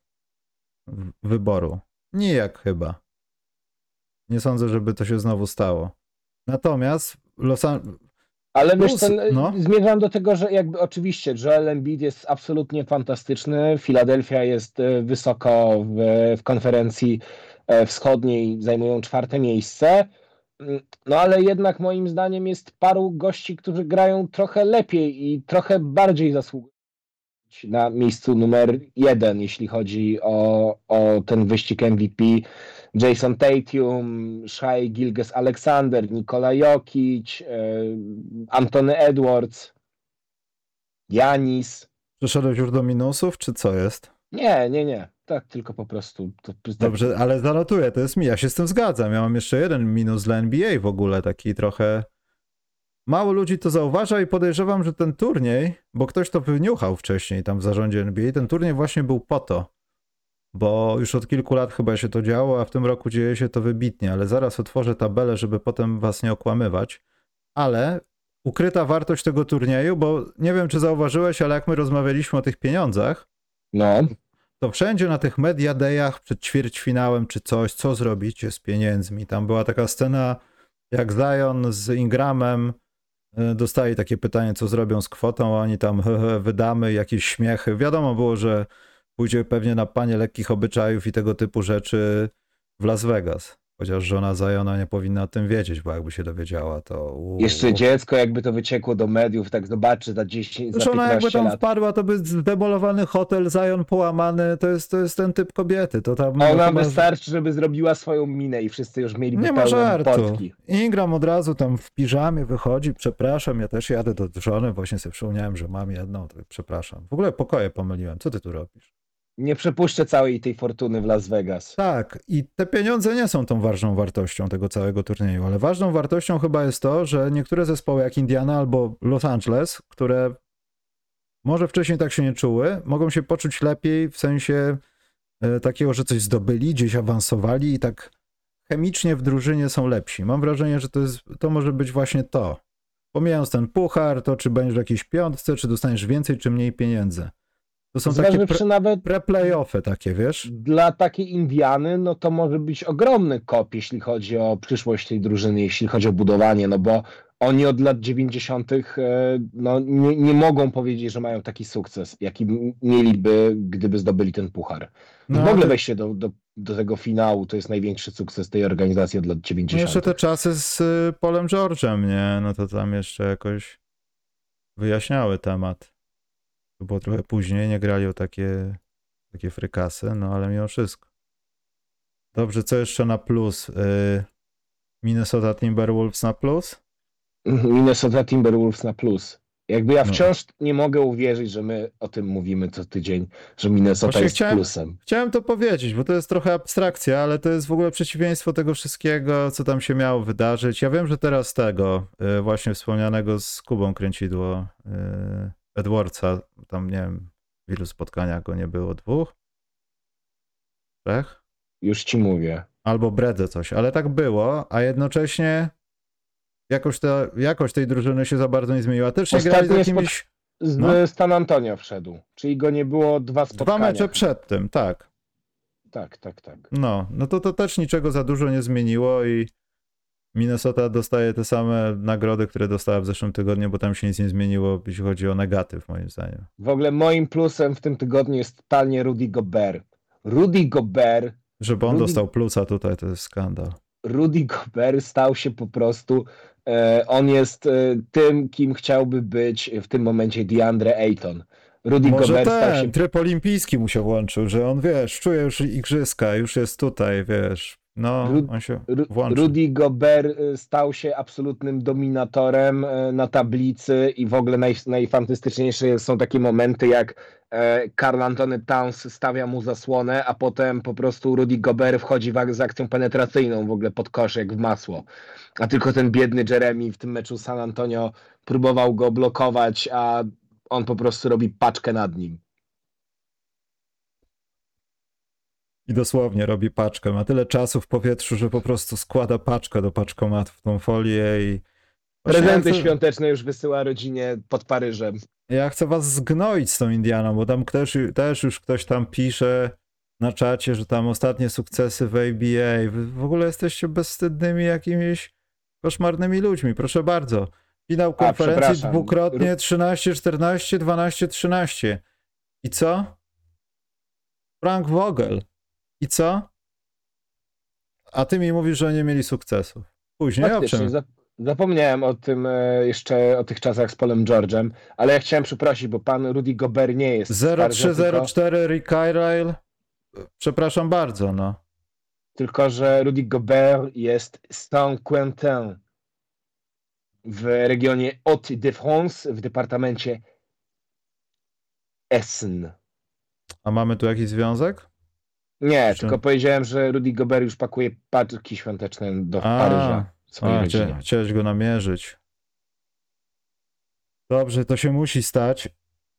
wyboru? Nijak chyba. Nie sądzę, żeby to się znowu stało. Natomiast ale wiesz, zmierzam do tego, że jakby oczywiście Joel Embiid jest absolutnie fantastyczny. Filadelfia jest wysoko w konferencji wschodniej, zajmują 4. miejsce. No ale jednak moim zdaniem jest paru gości, którzy grają trochę lepiej i trochę bardziej zasługują na miejscu numer 1, jeśli chodzi o ten wyścig MVP. Jason Tatum, Shai Gilgeous-Alexander, Nikola Jokic, Anthony Edwards, Giannis. Przeszedłeś już do minusów, czy co jest? Nie. Tak, tylko po prostu. Dobrze, ale zanotuję, to jest mi. Ja się z tym zgadzam. Ja mam jeszcze jeden minus dla NBA w ogóle, taki trochę... Mało ludzi to zauważa i podejrzewam, że ten turniej, bo ktoś to wyniuchał wcześniej tam w zarządzie NBA, ten turniej właśnie był po to, bo już od kilku lat chyba się to działo, a w tym roku dzieje się to wybitnie, ale zaraz otworzę tabelę, żeby potem was nie okłamywać, ale ukryta wartość tego turnieju, bo nie wiem, czy zauważyłeś, ale jak my rozmawialiśmy o tych pieniądzach, to wszędzie na tych media dayach przed ćwierćfinałem czy coś, co zrobicie z pieniędzmi. Tam była taka scena, jak Zion z Ingramem dostali takie pytanie, co zrobią z kwotą, a oni tam wydamy, jakieś śmiechy. Wiadomo było, że pójdzie pewnie na panie lekkich obyczajów i tego typu rzeczy w Las Vegas. Chociaż żona Ziona nie powinna o tym wiedzieć, bo jakby się dowiedziała, to... Jeszcze dziecko, jakby to wyciekło do mediów, tak zobaczy za 10, za 15 żona jakby tam lat. wpadła, to by zdemolowany hotel, Zion połamany, to jest ten typ kobiety. To tam ona wystarczy, żeby zrobiła swoją minę i wszyscy już mieliby nie ma żartu. potki. Ingram od razu tam w piżamie wychodzi, przepraszam, ja też jadę do żony, właśnie sobie przypomniałem, że mam jedną, to przepraszam. W ogóle pokoje pomyliłem, co ty tu robisz? Nie przepuszczę całej tej fortuny w Las Vegas. Tak, i te pieniądze nie są tą ważną wartością tego całego turnieju, ale ważną wartością chyba jest to, że niektóre zespoły jak Indiana albo Los Angeles, które może wcześniej tak się nie czuły, mogą się poczuć lepiej w sensie takiego, że coś zdobyli, gdzieś awansowali i tak chemicznie w drużynie są lepsi. Mam wrażenie, że to może być właśnie to. Pomijając ten puchar, to czy będziesz w jakiejś piątce, czy dostaniesz więcej, czy mniej pieniędzy. To są takie pre-playoffy takie, wiesz? Dla takiej Indiany, no to może być ogromny kop, jeśli chodzi o przyszłość tej drużyny, jeśli chodzi o budowanie, no bo oni od lat 90. No, nie mogą powiedzieć, że mają taki sukces, jaki mieliby, gdyby zdobyli ten puchar. No, w ogóle wejście do do tego finału to jest największy sukces tej organizacji od lat No 90. jeszcze te czasy z Paulem George'em, nie? No to tam jeszcze jakoś wyjaśniały temat. To było trochę później, nie grali o takie frykasy, no ale mimo wszystko. Dobrze, co jeszcze na plus? Minnesota Timberwolves na plus? Minnesota Timberwolves na plus. Jakby ja No. wciąż nie mogę uwierzyć, że my o tym mówimy co tydzień, że Minnesota Właśnie jest plusem. Chciałem to powiedzieć, bo to jest trochę abstrakcja, ale to jest w ogóle przeciwieństwo tego wszystkiego, co tam się miało wydarzyć. Ja wiem, że teraz tego właśnie wspomnianego z Kubą kręcidło Edwardsa, tam nie wiem, w ilu spotkaniach go nie było, 2? 3? Już ci mówię. Albo Bredze coś, ale tak było, a jednocześnie jakość tej drużyny się za bardzo nie zmieniła. Też nie grali z jakimiś... Z San Antonio wszedł, czyli go nie było 2 spotkania. 2 mecze przed tym, tak. Tak. No to też niczego za dużo nie zmieniło i Minnesota dostaje te same nagrody, które dostała w zeszłym tygodniu, bo tam się nic nie zmieniło, jeśli chodzi o negatyw, moim zdaniem. W ogóle moim plusem w tym tygodniu jest totalnie Rudy Gobert. Żeby on dostał plusa tutaj, to jest skandal. Rudy Gobert stał się po prostu, on jest tym, kim chciałby być w tym momencie DeAndre Ayton. Rudy Może Gobert stał się... tryb olimpijski mu się włączył, że on, wiesz, czuje już igrzyska, już jest tutaj, wiesz, no, on się włączył. Rudy Gobert stał się absolutnym dominatorem na tablicy i w ogóle najfantastyczniejsze są takie momenty, jak Karl Anthony Towns stawia mu zasłonę, a potem po prostu Rudy Gobert wchodzi z akcją penetracyjną w ogóle pod kosz jak w masło. A tylko ten biedny Jeremy w tym meczu San Antonio próbował go blokować, a on po prostu robi paczkę nad nim. I dosłownie robi paczkę. Ma tyle czasu w powietrzu, że po prostu składa paczkę do paczkomatu w tą folię i... Prezenty świąteczne już wysyła rodzinie pod Paryżem. Ja chcę was zgnoić z tą Indianą, bo tam też już ktoś tam pisze na czacie, że tam ostatnie sukcesy w ABA. Wy w ogóle jesteście bezwstydnymi jakimiś koszmarnymi ludźmi. Proszę bardzo. Finał konferencji dwukrotnie 13-14, 12-13. I co? Frank Vogel. I co? A ty mi mówisz, że nie mieli sukcesów. Później o czym? Zapomniałem o tym jeszcze, o tych czasach z Paulem George'em, ale ja chciałem przeprosić, bo pan Rudy Gobert nie jest 0-3-0-4 Rick Carlisle. Przepraszam bardzo, no. Tylko, że Rudy Gobert jest Saint-Quentin w regionie Hauts-de-France w departamencie Essen. A mamy tu jakiś związek? Nie, tylko powiedziałem, że Rudy Gobert już pakuje paczki świąteczne do Paryża. Chciałeś go namierzyć. Dobrze, to się musi stać.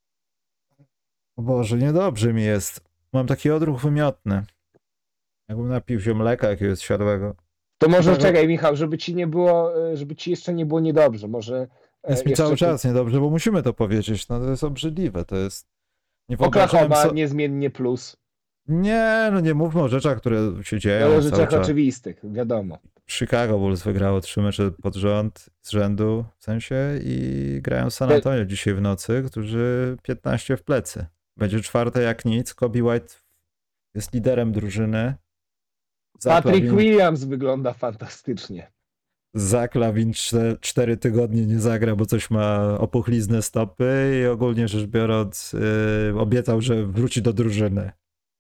O Boże, niedobrze mi jest. Mam taki odruch wymiotny. Jakbym napił się mleka jakiegoś siadłego. To może czekaj, Michał, żeby ci jeszcze nie było niedobrze. Może jest mi cały czas niedobrze, bo musimy to powiedzieć. No to jest obrzydliwe, to jest... Oklahoma niezmiennie plus. Nie, no nie mówmy o rzeczach, które się dzieją. O rzeczach oczywistych, wiadomo. Chicago Bulls wygrało 3 mecze z rzędu, w sensie, i grają San Antonio dzisiaj w nocy, którzy 15 w plecy. Będzie 4 jak nic. Kobe White jest liderem drużyny. Patrick Williams wygląda fantastycznie. Zach LaVine 4 tygodnie nie zagra, bo coś ma opuchliznę stopy i ogólnie rzecz biorąc obiecał, że wróci do drużyny.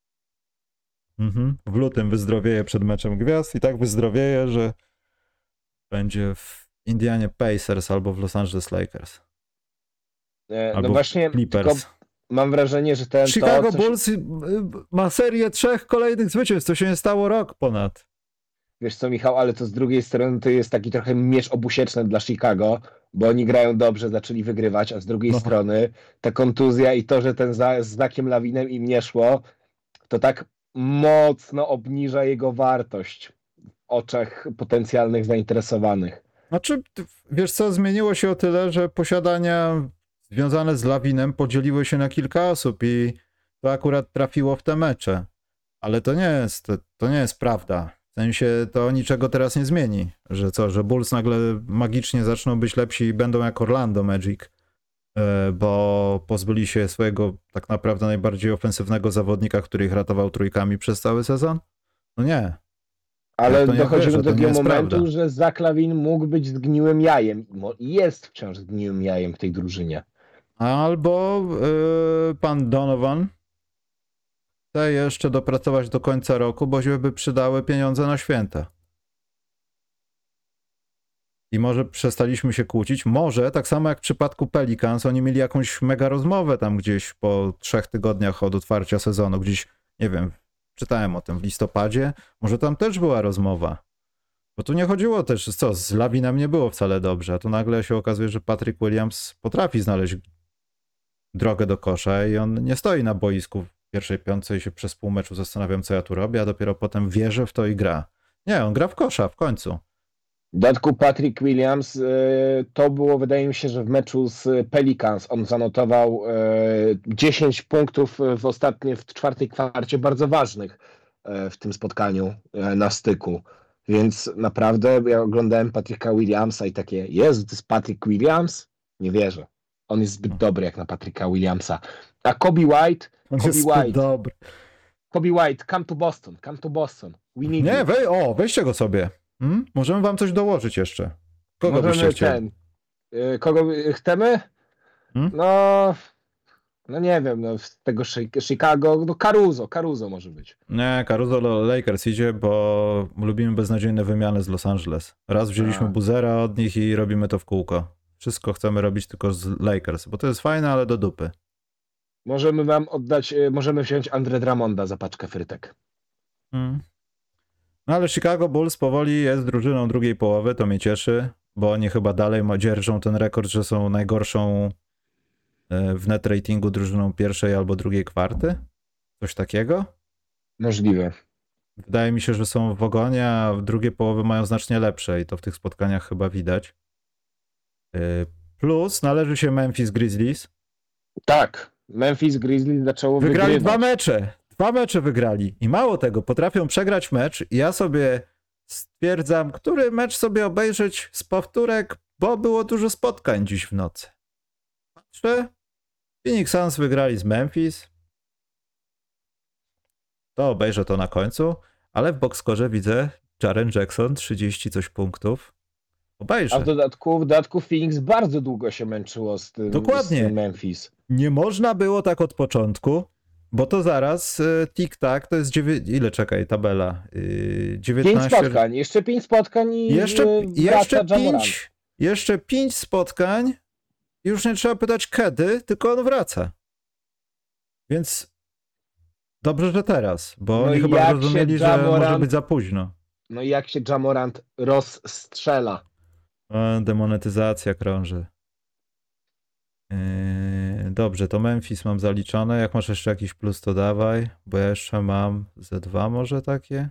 W lutym wyzdrowieje przed meczem gwiazd i tak wyzdrowieje, że będzie w Indianie Pacers albo w Los Angeles Lakers. Albo no właśnie, Clippers. Mam wrażenie, że Chicago Bulls ma serię 3 kolejnych zwycięstw, to się nie stało rok ponad. Wiesz co, Michał, ale to z drugiej strony to jest taki trochę miecz obusieczny dla Chicago, bo oni grają dobrze, zaczęli wygrywać, a z drugiej strony ta kontuzja i to, że ten z Zachem LaVinem im nie szło, to tak mocno obniża jego wartość w oczach potencjalnych zainteresowanych. Znaczy, wiesz co, zmieniło się o tyle, że posiadania związane z LaVinem podzieliły się na kilka osób i to akurat trafiło w te mecze. Ale to nie jest prawda. W sensie to niczego teraz nie zmieni. Że Bulls nagle magicznie zaczną być lepsi i będą jak Orlando Magic, bo pozbyli się swojego tak naprawdę najbardziej ofensywnego zawodnika, który ich ratował trójkami przez cały sezon? No nie. Ale to nie dochodzimy wierzę, do to nie takiego jest momentu, prawda. że Zach LaVine mógł być zgniłym jajem. I jest wciąż zgniłym jajem w tej drużynie. Albo pan Donovan chce jeszcze dopracować do końca roku, bo się by przydały pieniądze na święta. I może przestaliśmy się kłócić. Może, tak samo jak w przypadku Pelicans, oni mieli jakąś mega rozmowę tam gdzieś po 3 tygodniach od otwarcia sezonu. Gdzieś, nie wiem, czytałem o tym w listopadzie. Może tam też była rozmowa. Bo tu nie chodziło też, z Lavinem nie było wcale dobrze. A tu nagle się okazuje, że Patrick Williams potrafi znaleźć drogę do kosza i on nie stoi na boisku w pierwszej piątce i się przez pół meczu zastanawiam, co ja tu robię, a dopiero potem wierzę w to i gra. Nie, on gra w kosza w końcu. W dodatku Patrick Williams, to było, wydaje mi się, że w meczu z Pelicans on zanotował 10 punktów w czwartej kwarcie, bardzo ważnych w tym spotkaniu na styku. Więc naprawdę ja oglądałem Patricka Williamsa i takie, Jezu, to jest Patrick Williams? Nie wierzę. On jest zbyt dobry jak na Patricka Williamsa. A Kobe White, Dobry. Kobe White, come to Boston. We need Nie, you. weźcie go sobie. Możemy wam coś dołożyć jeszcze. Kogo byście Możemy chcieli? Kogo chcemy? Hmm? No nie wiem, no z tego Chicago, no Caruso może być. Nie, Caruso Lakers idzie, bo lubimy beznadziejne wymiany z Los Angeles. Raz wzięliśmy Boozera od nich i robimy to w kółko. Wszystko chcemy robić tylko z Lakers, bo to jest fajne, ale do dupy. Możemy wam możemy wziąć Andre Drummonda za paczkę frytek. No ale Chicago Bulls powoli jest drużyną drugiej połowy, to mnie cieszy, bo oni chyba dalej dzierżą ten rekord, że są najgorszą w net ratingu drużyną pierwszej albo drugiej kwarty. Coś takiego? Możliwe. Wydaje mi się, że są w ogonie, a w drugiej połowy mają znacznie lepsze i to w tych spotkaniach chyba widać. Plus należy się Memphis Grizzlies. Tak, Memphis Grizzlies zaczęło Wygrali wygrywać. 2 mecze. 2 mecze wygrali. I mało tego, potrafią przegrać mecz i ja sobie stwierdzam, który mecz sobie obejrzeć z powtórek, bo było dużo spotkań dziś w nocy. Patrzę, Phoenix Suns wygrali z Memphis. To obejrzę to na końcu, ale w boxscorze widzę Jaren Jackson, 30 coś punktów. Obejrzę. A w dodatku Phoenix bardzo długo się męczyło z tym, Dokładnie. z tym Memphis. Nie można było tak od początku, bo to zaraz tik-tak, to jest ile, czekaj, tabela? 19... 5 spotkań, jeszcze 5 spotkań i jeszcze 5 spotkań. Już nie trzeba pytać kiedy, tylko on wraca. Więc dobrze, że teraz, bo oni chyba rozumieli, że może być za późno. No i jak się Ja Morant rozstrzela. Demonetyzacja krąży. Dobrze, to Memphis mam zaliczone. Jak masz jeszcze jakiś plus, to dawaj, bo ja jeszcze mam ze 2 może takie.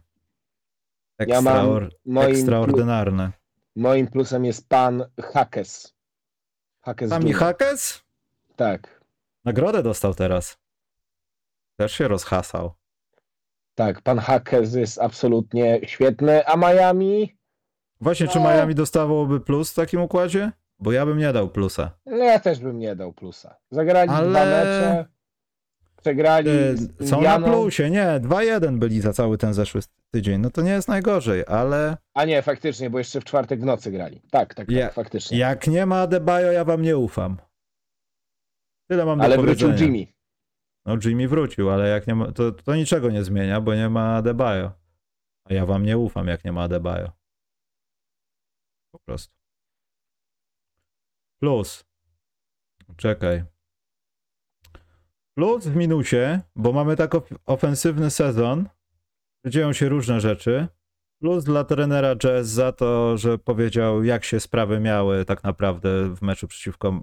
Ekstraordynarne. Moim plusem jest pan Hackes. Sami Hackes? Tak. Nagrodę dostał teraz. Też się rozhasał. Tak, pan Hackes jest absolutnie świetny, a Miami... Właśnie, czy Miami dostawałoby plus w takim układzie? Bo ja bym nie dał plusa. No ja też bym nie dał plusa. Zagrali 2 mecze, przegrali z są Indianą. na plusie, nie, 2-1 byli za cały ten zeszły tydzień. No to nie jest najgorzej, ale... A nie, faktycznie, bo jeszcze w czwartek w nocy grali. Tak, faktycznie. Jak nie ma Adebayo, ja wam nie ufam. Tyle mam do powiedzenia. Ale wrócił Jimmy. No Jimmy wrócił, ale jak nie ma, to niczego nie zmienia, bo nie ma Adebayo. A ja wam nie ufam, jak nie ma Adebayo. Po prostu. Plus. Czekaj. Plus w minusie, bo mamy tak ofensywny sezon, że dzieją się różne rzeczy. Plus dla trenera Jazz za to, że powiedział, jak się sprawy miały tak naprawdę w meczu przeciwko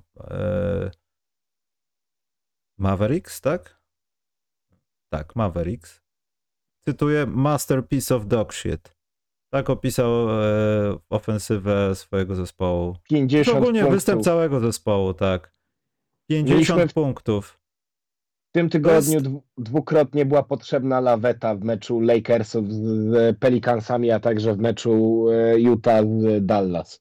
Mavericks, tak? Tak, Mavericks. Cytuję, masterpiece of dog shit. Tak opisał ofensywę swojego zespołu. 50 Ogólnie punktów. występ całego zespołu, tak. 50 punktów. W tym tygodniu dwukrotnie była potrzebna laweta w meczu Lakersów z Pelicansami, a także w meczu Utah z Dallas.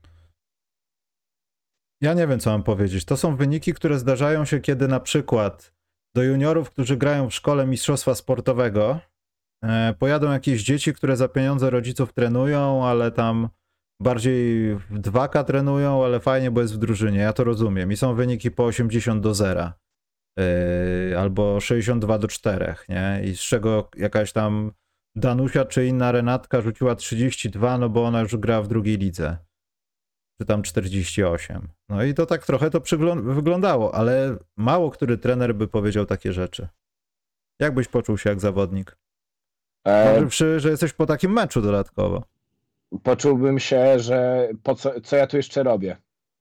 Ja nie wiem, co mam powiedzieć. To są wyniki, które zdarzają się, kiedy na przykład do juniorów, którzy grają w szkole mistrzostwa sportowego, pojadą jakieś dzieci, które za pieniądze rodziców trenują, ale tam bardziej w 2K trenują, ale fajnie, bo jest w drużynie, ja to rozumiem. I są wyniki po 80-0. Albo 62-4, nie? I z czego jakaś tam Danusia czy inna Renatka rzuciła 32, no bo ona już gra w drugiej lidze. Czy tam 48. No i to tak trochę to wyglądało, ale mało który trener by powiedział takie rzeczy. Jak byś poczuł się jak zawodnik? Że jesteś po takim meczu dodatkowo. Poczułbym się, że co ja tu jeszcze robię?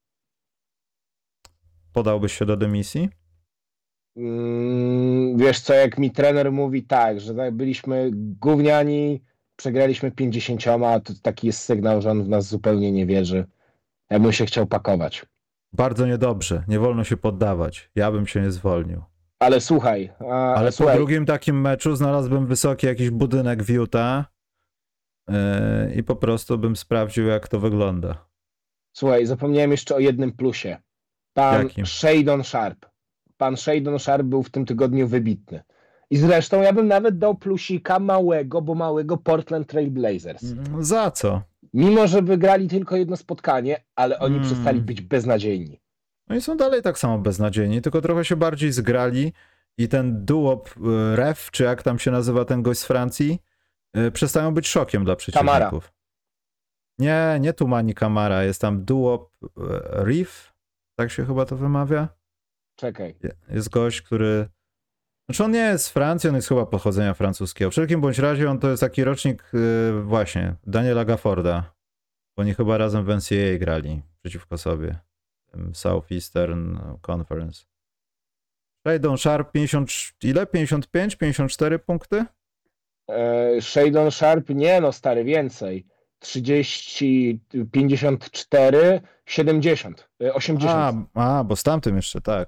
Podałbyś się do dymisji? Wiesz co, jak mi trener mówi tak, że tak byliśmy gówniani, przegraliśmy 50, to taki jest sygnał, że on w nas zupełnie nie wierzy. Ja bym się chciał pakować. Bardzo niedobrze, nie wolno się poddawać. Ja bym się nie zwolnił. Ale słuchaj. Ale po drugim takim meczu znalazłbym wysoki jakiś budynek w Utah i po prostu bym sprawdził, jak to wygląda. Słuchaj, zapomniałem jeszcze o jednym plusie. Pan Shadon Sharp. Pan Shadon Sharp był w tym tygodniu wybitny. I zresztą ja bym nawet dał plusika małego Portland Trail Blazers. Za co? Mimo, że wygrali tylko jedno spotkanie, ale oni przestali być beznadziejni. No i są dalej tak samo beznadziejni, tylko trochę się bardziej zgrali i ten duop ref, czy jak tam się nazywa ten gość z Francji, przestają być szokiem dla przeciwników. Kamara. Nie Tumani Kamara, jest tam duop Reef, tak się chyba to wymawia. Czekaj. Jest gość, który... Znaczy on nie jest z Francji, on jest chyba pochodzenia francuskiego. W wszelkim bądź razie on to jest taki rocznik właśnie Daniela Gafforda. Oni chyba razem w NCAA grali przeciwko sobie. Southeastern Conference. Shadon Sharp 50, ile? 55? 54 punkty? Shadon Sharp nie, no stary, więcej. 30, 54, 70, 80. Bo z tamtym jeszcze, tak.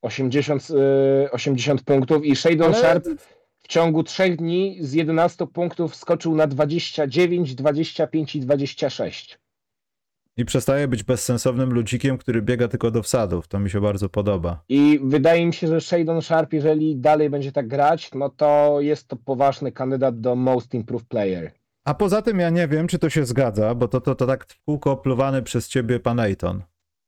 80 punktów i Shadon Sharp w ciągu 3 dni z 11 punktów skoczył na 29, 25 i 26. I przestaje być bezsensownym ludzikiem, który biega tylko do wsadów. To mi się bardzo podoba. I wydaje mi się, że Shadon Sharp, jeżeli dalej będzie tak grać, no to jest to poważny kandydat do Most Improved Player. A poza tym ja nie wiem, czy to się zgadza, bo to tak w kółko opluwany przez ciebie pan Ayton.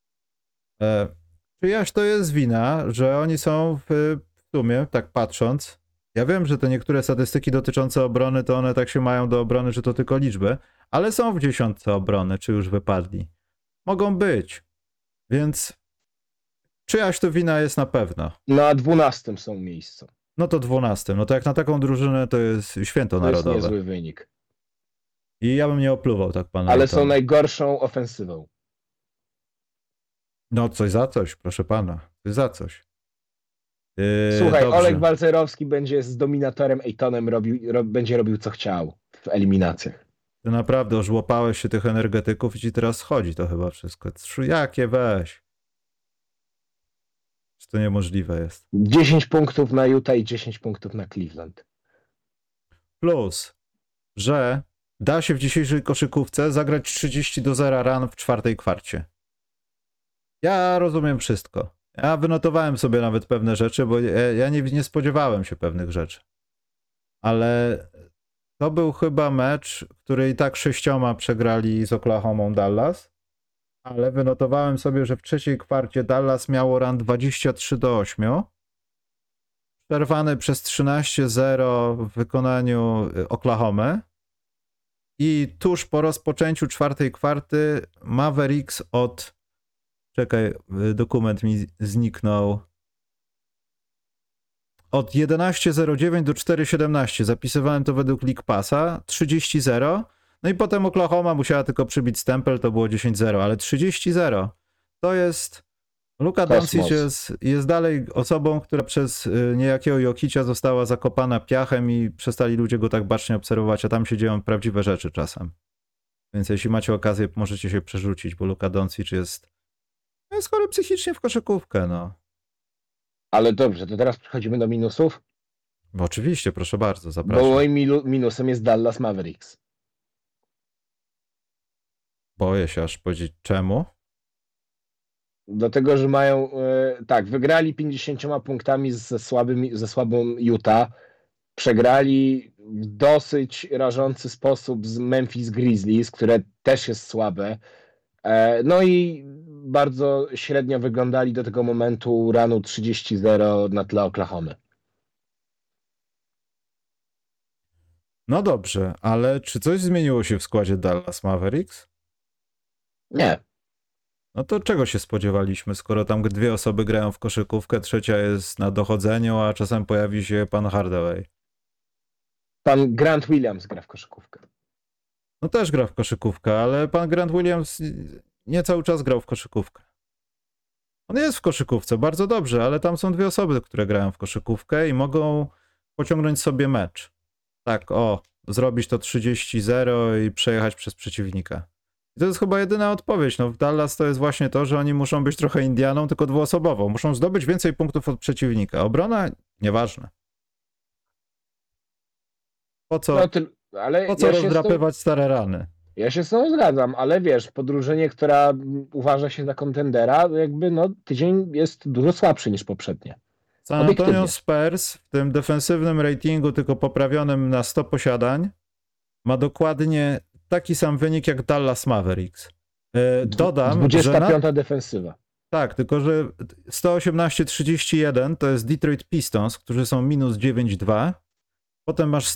Czyjaś to jest wina, że oni są w sumie, tak patrząc, ja wiem, że te niektóre statystyki dotyczące obrony, to one tak się mają do obrony, że to tylko liczby, ale są w 10 obrony, czy już wypadli. Mogą być. Więc czyjaś to wina jest na pewno. Na 12 są miejsca. No to 12. No to jak na taką drużynę to jest święto narodowe. To jest niezły wynik. I ja bym nie opluwał tak pana. Ale są najgorszą ofensywą. No coś za coś, proszę pana. Coś za coś. Słuchaj, dobrze. Oleg Balcerowski będzie z dominatorem Aytonem będzie robił co chciał w eliminacjach. Ty naprawdę ożłopałeś się tych energetyków i ci teraz schodzi to chyba wszystko. Jakie weź? Czy to niemożliwe jest? 10 punktów na Utah i 10 punktów na Cleveland. Plus, że da się w dzisiejszej koszykówce zagrać 30-0 run w 4. kwarcie. Ja rozumiem wszystko. Ja wynotowałem sobie nawet pewne rzeczy, bo ja nie spodziewałem się pewnych rzeczy. Ale to był chyba mecz, który i tak 6 przegrali z Oklahomą Dallas, ale wynotowałem sobie, że w 3. kwarcie Dallas miało run 23-8, przerwany przez 13-0 w wykonaniu Oklahomy i tuż po rozpoczęciu 4. kwarty Mavericks Czekaj, dokument mi zniknął. Od 11.09 do 4.17. Zapisywałem to według League Passa. 30-0. No i potem Oklahoma musiała tylko przybić stempel, to było 10-0, ale 30-0. To jest... Luka Doncic jest dalej osobą, która przez niejakiego Jokicia została zakopana piachem i przestali ludzie go tak bacznie obserwować, a tam się dzieją prawdziwe rzeczy czasem. Więc jeśli macie okazję, możecie się przerzucić, bo Luka Doncic jest chory psychicznie w koszykówkę, no. Ale dobrze, to teraz przechodzimy do minusów? Bo oczywiście, proszę bardzo, zapraszam. Bo moim minusem jest Dallas Mavericks. Boję się aż powiedzieć czemu. Dlatego, że mają, wygrali 50 punktami ze słabą Utah, Przegrali w dosyć rażący sposób z Memphis Grizzlies, które też jest słabe. No i bardzo średnio wyglądali do tego momentu runu 30-0 na tle Oklahomy. No dobrze, ale czy coś zmieniło się w składzie Dallas Mavericks? Nie. No to czego się spodziewaliśmy, skoro tam dwie osoby grają w koszykówkę, trzecia jest na dochodzeniu, a czasem pojawi się pan Hardaway. Pan Grant Williams gra w koszykówkę. No też gra w koszykówkę, ale pan Grant Williams nie cały czas grał w koszykówkę. On jest w koszykówce, bardzo dobrze, ale tam są dwie osoby, które grają w koszykówkę i mogą pociągnąć sobie mecz. Tak, zrobić to 30-0 i przejechać przez przeciwnika. I to jest chyba jedyna odpowiedź. No w Dallas to jest właśnie to, że oni muszą być trochę Indianą, tylko dwuosobową. Muszą zdobyć więcej punktów od przeciwnika. Obrona? Nieważne. Po co, ale po co rozdrapywać stare rany? Ja się z tą zgadzam, ale wiesz, po drużynie, która uważa się za kontendera, jakby tydzień jest dużo słabszy niż poprzednie. San Antonio Spurs w tym defensywnym ratingu, tylko poprawionym na 100 posiadań, ma dokładnie taki sam wynik jak Dallas Mavericks. Dodam, 25. defensywa. Tak, tylko że 118-31 to jest Detroit Pistons, którzy są minus 9-2. Potem masz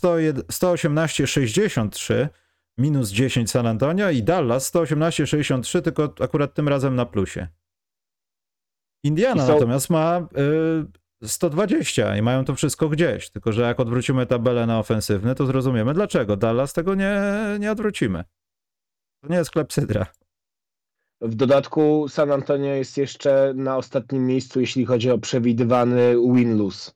118-63, minus 10 San Antonio i Dallas 118-63, tylko akurat tym razem na plusie. Indiana natomiast ma 120 i mają to wszystko gdzieś, tylko że jak odwrócimy tabelę na ofensywny, to zrozumiemy dlaczego. Dallas tego nie odwrócimy. To nie jest klepsydra. W dodatku San Antonio jest jeszcze na ostatnim miejscu, jeśli chodzi o przewidywany win-lose.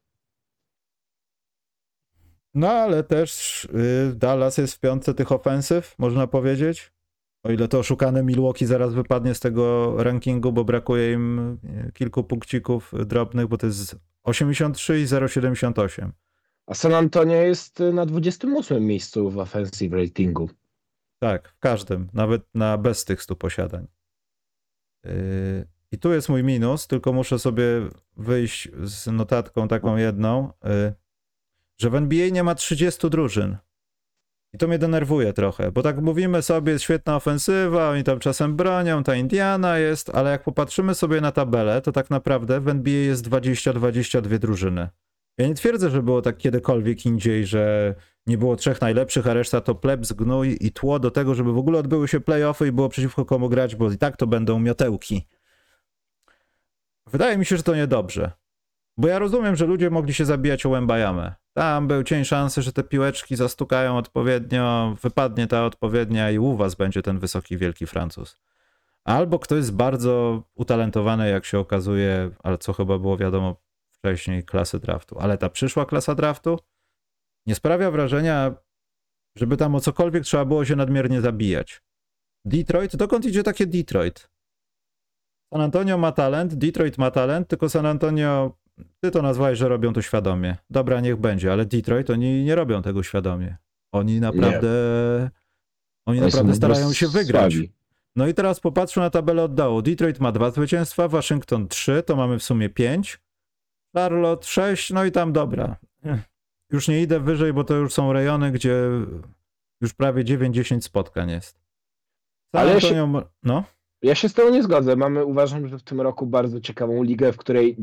No ale też Dallas jest w piątce tych ofensyw, można powiedzieć. O ile to oszukane Milwaukee zaraz wypadnie z tego rankingu, bo brakuje im kilku punkcików drobnych, bo to jest 83 i 0,78. A San Antonio jest na 28 miejscu w offensive ratingu. Tak, w każdym, nawet bez tych 100 posiadań. I tu jest mój minus, tylko muszę sobie wyjść z notatką taką jedną, że w NBA nie ma 30 drużyn. I to mnie denerwuje trochę, bo tak mówimy sobie, jest świetna ofensywa, oni tam czasem bronią, ta Indiana jest, ale jak popatrzymy sobie na tabelę, to tak naprawdę w NBA jest 20-22 drużyny. Ja nie twierdzę, że było tak kiedykolwiek indziej, że nie było trzech najlepszych, a reszta to plebs, gnój i tło do tego, żeby w ogóle odbyły się play-offy i było przeciwko komu grać, bo i tak to będą miotełki. Wydaje mi się, że to niedobrze. Bo ja rozumiem, że ludzie mogli się zabijać o Wembanyamę. Tam był cień szansy, że te piłeczki zastukają odpowiednio, wypadnie ta odpowiednia i u was będzie ten wysoki, wielki Francuz. Albo ktoś jest bardzo utalentowany, jak się okazuje, ale co chyba było wiadomo wcześniej, klasy draftu. Ale ta przyszła klasa draftu nie sprawia wrażenia, żeby tam o cokolwiek trzeba było się nadmiernie zabijać. Detroit, dokąd idzie takie Detroit? San Antonio ma talent, Detroit ma talent, tylko San Antonio, ty to nazwałeś, że robią to świadomie. Dobra, niech będzie, ale Detroit, oni nie robią tego świadomie. Oni naprawdę starają się wygrać. Słabi. No i teraz popatrzmy na tabelę od dołu. Detroit ma 2 zwycięstwa, Waszyngton 3, to mamy w sumie 5. Charlotte 6, no i tam dobra. Już nie idę wyżej, bo to już są rejony, gdzie już prawie 9-10 spotkań jest. Ja się z tą nie zgodzę. Uważam, że w tym roku bardzo ciekawą ligę, w której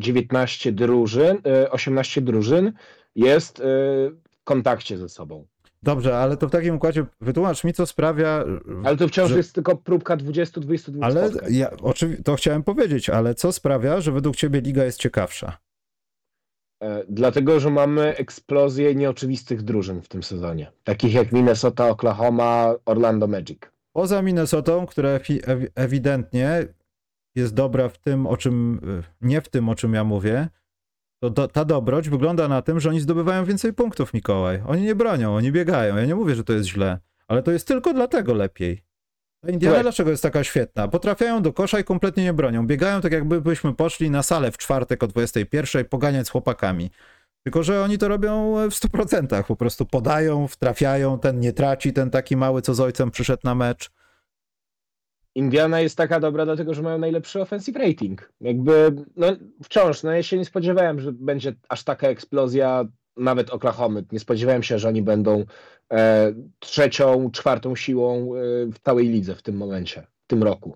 18 drużyn jest w kontakcie ze sobą. Dobrze, ale to w takim układzie wytłumacz mi, co sprawia... Ale to wciąż jest tylko próbka 20-22 spotkań. To chciałem powiedzieć, ale co sprawia, że według ciebie liga jest ciekawsza? Dlatego, że mamy eksplozję nieoczywistych drużyn w tym sezonie. Takich jak Minnesota, Oklahoma, Orlando Magic. Poza Minnesotą, która ewidentnie jest dobra w tym, nie w tym, o czym ja mówię, to ta dobroć wygląda na tym, że oni zdobywają więcej punktów, Mikołaj. Oni nie bronią, oni biegają. Ja nie mówię, że to jest źle, ale to jest tylko dlatego lepiej. Ta Indiana dlaczego jest taka świetna? Potrafiają do kosza i kompletnie nie bronią. Biegają tak, jakbyśmy poszli na salę w czwartek o 21:00 poganiać z chłopakami. Tylko że oni to robią w 100%. Po prostu podają, trafiają, ten nie traci, ten taki mały, co z ojcem przyszedł na mecz. Indiana jest taka dobra, dlatego że mają najlepszy offensive rating. Jakby, wciąż, ja się nie spodziewałem, że będzie aż taka eksplozja nawet Oklahomy. Nie spodziewałem się, że oni będą trzecią, czwartą siłą w całej lidze w tym momencie, w tym roku.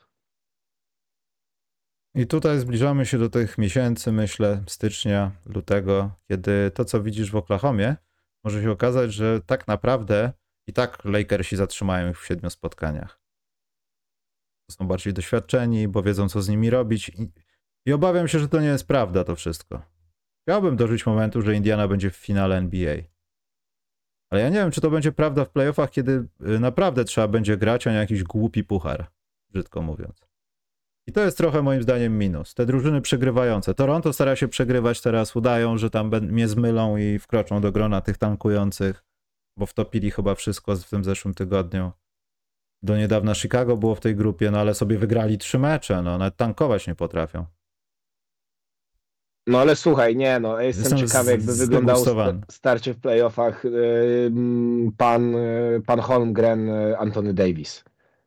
I tutaj zbliżamy się do tych miesięcy, myślę, stycznia, lutego, kiedy to, co widzisz w Oklahomie, może się okazać, że tak naprawdę i tak Lakersi zatrzymają ich w 7 spotkaniach. Są bardziej doświadczeni, bo wiedzą, co z nimi robić. I obawiam się, że to nie jest prawda to wszystko. Chciałbym dożyć momentu, że Indiana będzie w finale NBA. Ale ja nie wiem, czy to będzie prawda w playoffach, kiedy naprawdę trzeba będzie grać, a nie jakiś głupi puchar, brzydko mówiąc. I to jest trochę moim zdaniem minus. Te drużyny przegrywające. Toronto stara się przegrywać teraz, udają, że tam mnie zmylą i wkroczą do grona tych tankujących, bo wtopili chyba wszystko w tym zeszłym tygodniu. Do niedawna Chicago było w tej grupie, no ale sobie wygrali 3 mecze, no nawet tankować nie potrafią. No ale słuchaj, nie no, jestem ciekawy, jakby wyglądało starcie w playoffach pan Holmgren, Anthony Davis.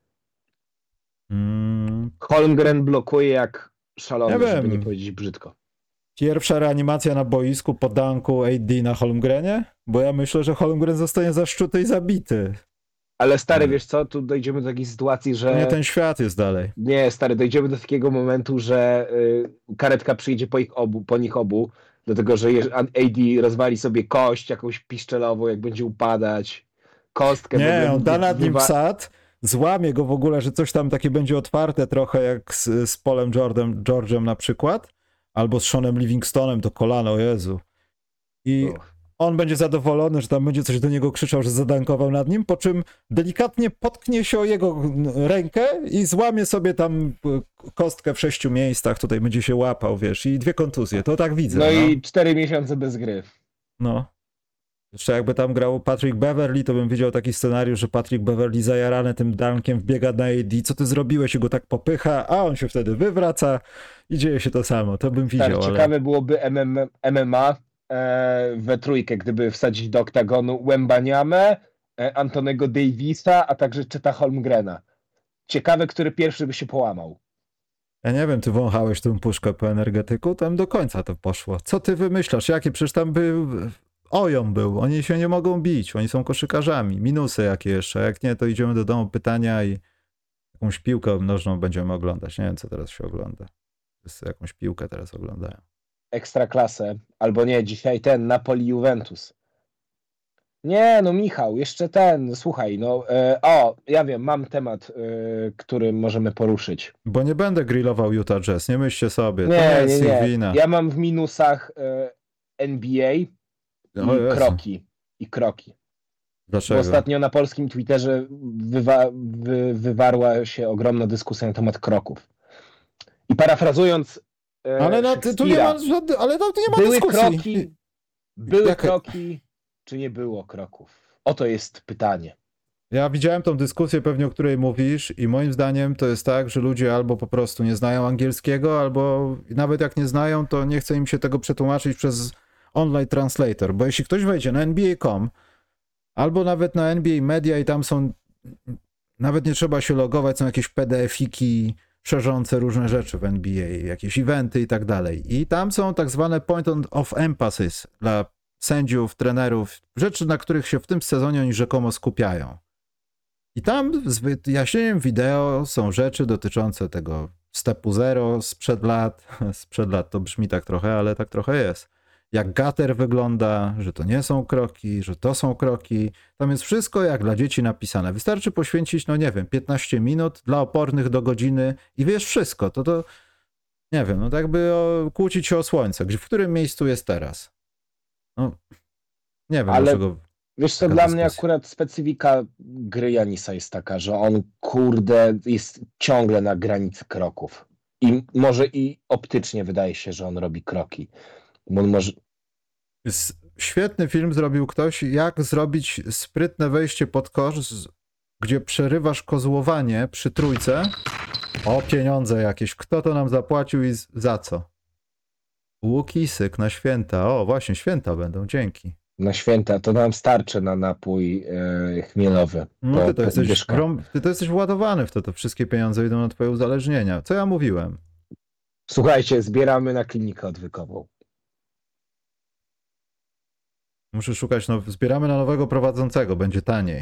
Holmgren blokuje jak szalony, żeby nie powiedzieć brzydko. Pierwsza reanimacja na boisku po danku AD na Holmgrenie? Bo ja myślę, że Holmgren zostanie zaszczuty i zabity. Ale stary, wiesz co, tu dojdziemy do takiej sytuacji, że... Nie ten świat jest dalej. Nie, stary, dojdziemy do takiego momentu, że karetka przyjdzie po nich obu, dlatego że AD rozwali sobie kość jakąś piszczelową, jak będzie upadać, kostkę... Nie, on da nad nim wsad, złamie go w ogóle, że coś tam takie będzie otwarte trochę jak z Paulem George'em na przykład, albo z Seanem Livingstonem, to kolano, o Jezu. I on będzie zadowolony, że tam będzie coś do niego krzyczał, że zadankował nad nim, po czym delikatnie potknie się o jego rękę i złamie sobie tam kostkę w 6 miejscach, tutaj będzie się łapał, wiesz, i 2 kontuzje, to tak widzę. No i 4 miesiące bez gry. No. Jeszcze jakby tam grał Patrick Beverley, to bym widział taki scenariusz, że Patrick Beverley zajarany tym dankiem wbiega na AD, co ty zrobiłeś, i go tak popycha, a on się wtedy wywraca i dzieje się to samo, to bym widział. Tak, ciekawe byłoby MMA we trójkę, gdyby wsadzić do oktagonu Wembaniamę, Antonego Davisa, a także Cheta Holmgrena. Ciekawe, który pierwszy by się połamał. Ja nie wiem, ty wąchałeś tę puszkę po energetyku, tam do końca to poszło. Co ty wymyślasz? Jakie? Przecież tam Ojom był, oni się nie mogą bić, oni są koszykarzami. Minusy jakie jeszcze? Jak nie, to idziemy do domu pytania i jakąś piłkę nożną będziemy oglądać. Nie wiem, co teraz się ogląda. Wszyscy jakąś piłkę teraz oglądają. Ekstraklasę, albo nie, dzisiaj ten Napoli Juventus. Nie, no Michał, jeszcze ten, słuchaj, no ja wiem, mam temat, który możemy poruszyć. Bo nie będę grillował Utah Jazz, nie myślcie sobie, to nie jest ich wina. Ja mam w minusach NBA i kroki. Dlaczego? Bo ostatnio na polskim Twitterze wywarła się ogromna dyskusja na temat kroków. I parafrazując ale tu nie ma żadnych, ale tu nie ma dyskusji. Były kroki, czy nie było kroków? Oto jest pytanie. Ja widziałem tą dyskusję pewnie, o której mówisz, i moim zdaniem to jest tak, że ludzie albo po prostu nie znają angielskiego, albo nawet jak nie znają, to nie chce im się tego przetłumaczyć przez online translator, bo jeśli ktoś wejdzie na NBA.com albo nawet na NBA Media i tam są, nawet nie trzeba się logować, są jakieś PDF-iki szerzące różne rzeczy w NBA, jakieś eventy i tak dalej. I tam są tak zwane point of emphasis dla sędziów, trenerów, rzeczy, na których się w tym sezonie oni rzekomo skupiają. I tam z wyjaśnieniem wideo są rzeczy dotyczące tego stepu zero sprzed lat. Sprzed lat to brzmi tak trochę, ale tak trochę jest. Jak gutter wygląda, że to nie są kroki, że to są kroki. Tam jest wszystko jak dla dzieci napisane. Wystarczy poświęcić, no nie wiem, 15 minut dla opornych do godziny i wiesz wszystko. To nie wiem, no tak jakby kłócić się o słońce. W którym miejscu jest teraz? No, nie wiem, ale dlaczego. Wiesz co, dla mnie akurat specyfika gry Janisa jest taka, że on, kurde, jest ciągle na granicy kroków. I może i optycznie wydaje się, że on robi kroki. Świetny film zrobił ktoś, jak zrobić sprytne wejście pod kosz, gdzie przerywasz kozłowanie przy trójce. O, pieniądze jakieś. Kto to nam zapłacił i za co? Łukisyk na święta. O, właśnie, święta będą, dzięki. Na święta, to nam starczy na napój chmielowy. No ty to jesteś władowany w to wszystkie pieniądze idą na twoje uzależnienia. Co ja mówiłem? Słuchajcie, zbieramy na klinikę odwykową. Muszę szukać, zbieramy na nowego prowadzącego, będzie taniej.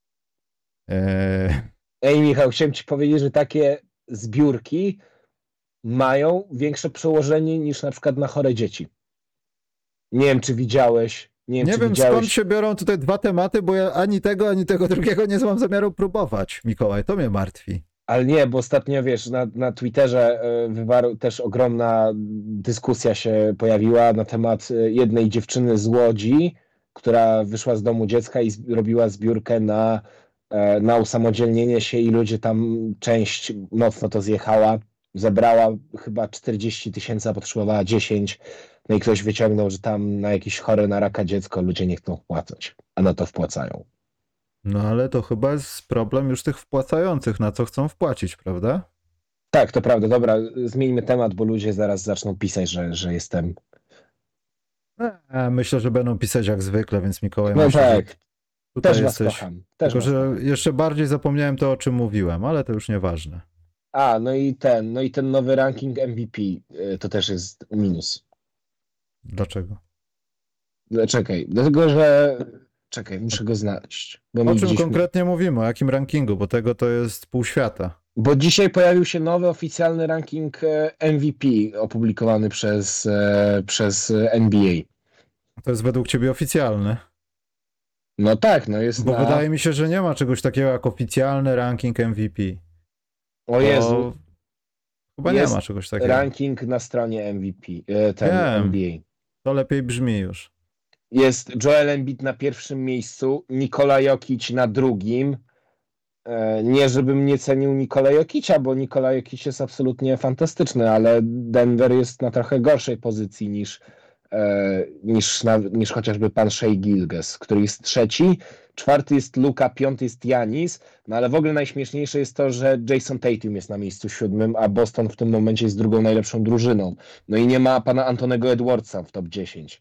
Ej, Michał, chciałem ci powiedzieć, że takie zbiórki mają większe przełożenie niż na przykład na chore dzieci. Nie wiem, czy widziałeś. Nie wiem, skąd się biorą tutaj dwa tematy, bo ja ani tego drugiego nie mam zamiaru próbować, Mikołaj, to mnie martwi. Ale nie, bo ostatnio, wiesz, na Twitterze też ogromna dyskusja się pojawiła na temat jednej dziewczyny z Łodzi, która wyszła z domu dziecka i robiła zbiórkę na usamodzielnienie się i ludzie tam, część mocno to zjechała, zebrała chyba 40 000, a potrzebowała 10, no i ktoś wyciągnął, że tam na jakieś chore na raka dziecko ludzie nie chcą wpłacać, a na to wpłacają. No ale to chyba jest problem już tych wpłacających, na co chcą wpłacić, prawda? Tak, to prawda. Dobra, zmieńmy temat, bo ludzie zaraz zaczną pisać, że jestem... Myślę, że będą pisać jak zwykle, więc Mikołaj, No myślę, tak, że tutaj też was jesteś. kocham. Tylko, że jeszcze bardziej zapomniałem to, o czym mówiłem, ale to już nieważne. No i ten nowy ranking MVP to też jest minus. Dlaczego? Czekaj, dlatego, że... Czekaj, muszę go znaleźć. O czym konkretnie mówimy? O jakim rankingu? Bo tego to jest pół świata. Bo dzisiaj pojawił się nowy oficjalny ranking MVP opublikowany przez NBA. To jest według ciebie oficjalny? No tak, no jest Bo wydaje mi się, że nie ma czegoś takiego jak oficjalny ranking MVP. O Jezu. Chyba nie ma czegoś takiego. Ranking na stronie MVP, NBA. To lepiej brzmi już. Jest Joel Embiid na pierwszym miejscu, Nikola Jokic na drugim. Nie, żebym nie cenił Nikola Jokicia, bo Nikola Jokic jest absolutnie fantastyczny, ale Denver jest na trochę gorszej pozycji niż chociażby pan Shai Gilgeous, który jest trzeci. Czwarty jest Luka, piąty jest Giannis, no ale w ogóle najśmieszniejsze jest to, że Jason Tatum jest na miejscu 7, a Boston w tym momencie jest drugą najlepszą drużyną. No i nie ma pana Antonego Edwardsa w top 10.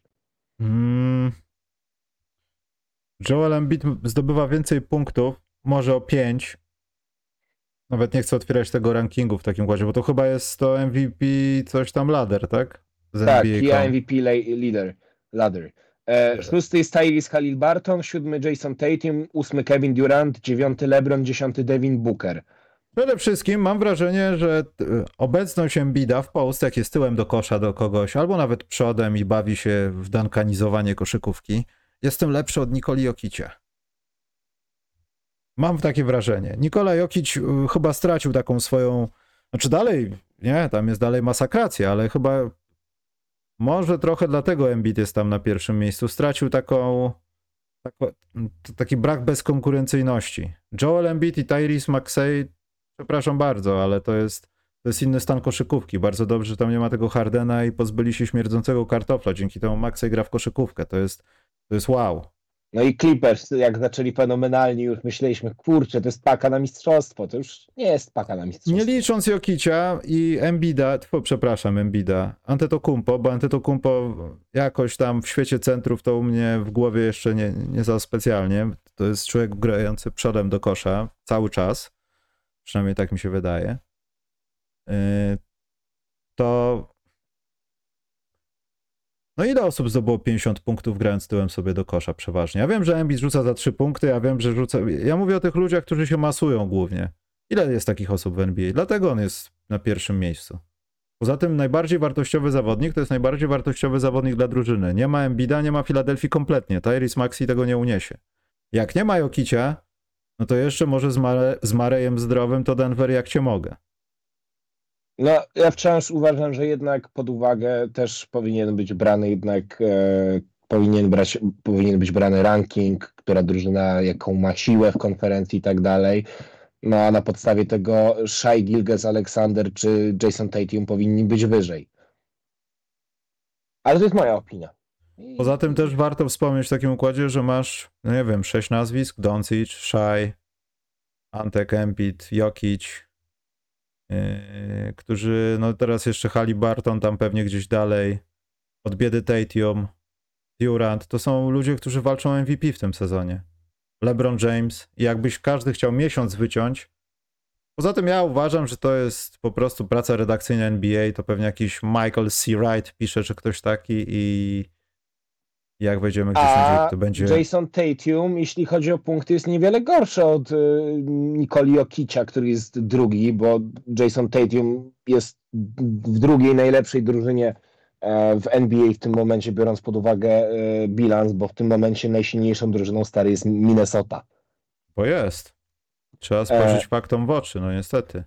Joel Embiid zdobywa więcej punktów, może o 5. Nawet nie chcę otwierać tego rankingu w takim układzie, bo to chyba jest to MVP coś tam ladder, tak? Tak, ja MVP ladder. Szósty jest Tyrese Halliburton, 7 Jason Tatum, 8 Kevin Durant, 9 LeBron, 10 Devin Booker. Przede wszystkim mam wrażenie, że obecność Embida w post, jak jest tyłem do kosza do kogoś, albo nawet przodem i bawi się w dankanizowanie koszykówki, jestem lepszy od Nikoli Jokicia. Mam takie wrażenie. Nikola Jokic chyba stracił taką swoją, znaczy dalej, nie, tam jest dalej masakracja, ale chyba może trochę dlatego Embiid jest tam na pierwszym miejscu. Stracił taki brak bezkonkurencyjności. Joel Embiid i Tyrese Maxey, przepraszam bardzo, ale to jest inny stan koszykówki. Bardzo dobrze, że tam nie ma tego Hardena i pozbyli się śmierdzącego kartofla. Dzięki temu Maxey gra w koszykówkę. To jest wow. No i Clippers, jak zaczęli fenomenalnie, już myśleliśmy, kurczę, to jest paka na mistrzostwo. To już nie jest paka na mistrzostwo. Nie licząc Jokicia i Embida, Embida, Antetokounmpo, bo Antetokounmpo jakoś tam w świecie centrów to u mnie w głowie jeszcze nie za specjalnie. To jest człowiek grający przodem do kosza cały czas. Przynajmniej tak mi się wydaje. No ile osób zdobyło 50 punktów grając tyłem sobie do kosza przeważnie? Ja wiem, że Embiid rzuca za 3 punkty, ja wiem, że rzuca... Ja mówię o tych ludziach, którzy się masują głównie. Ile jest takich osób w NBA? Dlatego on jest na pierwszym miejscu. Poza tym najbardziej wartościowy zawodnik to jest najbardziej wartościowy zawodnik dla drużyny. Nie ma Embida, nie ma Filadelfii kompletnie. Tyrese Maxey tego nie uniesie. Jak nie ma Jokicia, no to jeszcze może z Marejem zdrowym to Denver jak cię mogę. No, ja wciąż uważam, że jednak pod uwagę też powinien być brany powinien być brany ranking, która drużyna jaką ma siłę w konferencji i tak dalej. No a na podstawie tego Shai Gilgeous-Alexander czy Jason Tatum powinni być wyżej. Ale to jest moja opinia. Poza tym też warto wspomnieć w takim układzie, że masz, no nie wiem, 6 nazwisk: Doncic, Shai, Ante, Embiid, Jokic, którzy, no teraz jeszcze Halliburton tam pewnie gdzieś dalej, od biedy Tatum, Durant, to są ludzie, którzy walczą o MVP w tym sezonie. LeBron James, i jakbyś każdy chciał miesiąc wyciąć. Poza tym ja uważam, że to jest po prostu praca redakcyjna NBA, to pewnie jakiś Michael C. Wright pisze, czy ktoś taki, i Jak wejdziemy gdzieś indziej, to będzie... Jason Tatum, jeśli chodzi o punkty, jest niewiele gorszy od Nikoli Jokicia, który jest drugi, bo Jason Tatum jest w drugiej najlepszej drużynie w NBA w tym momencie, biorąc pod uwagę bilans, bo w tym momencie najsilniejszą drużyną stary jest Minnesota. Bo jest. Trzeba spojrzeć faktom w oczy, no niestety.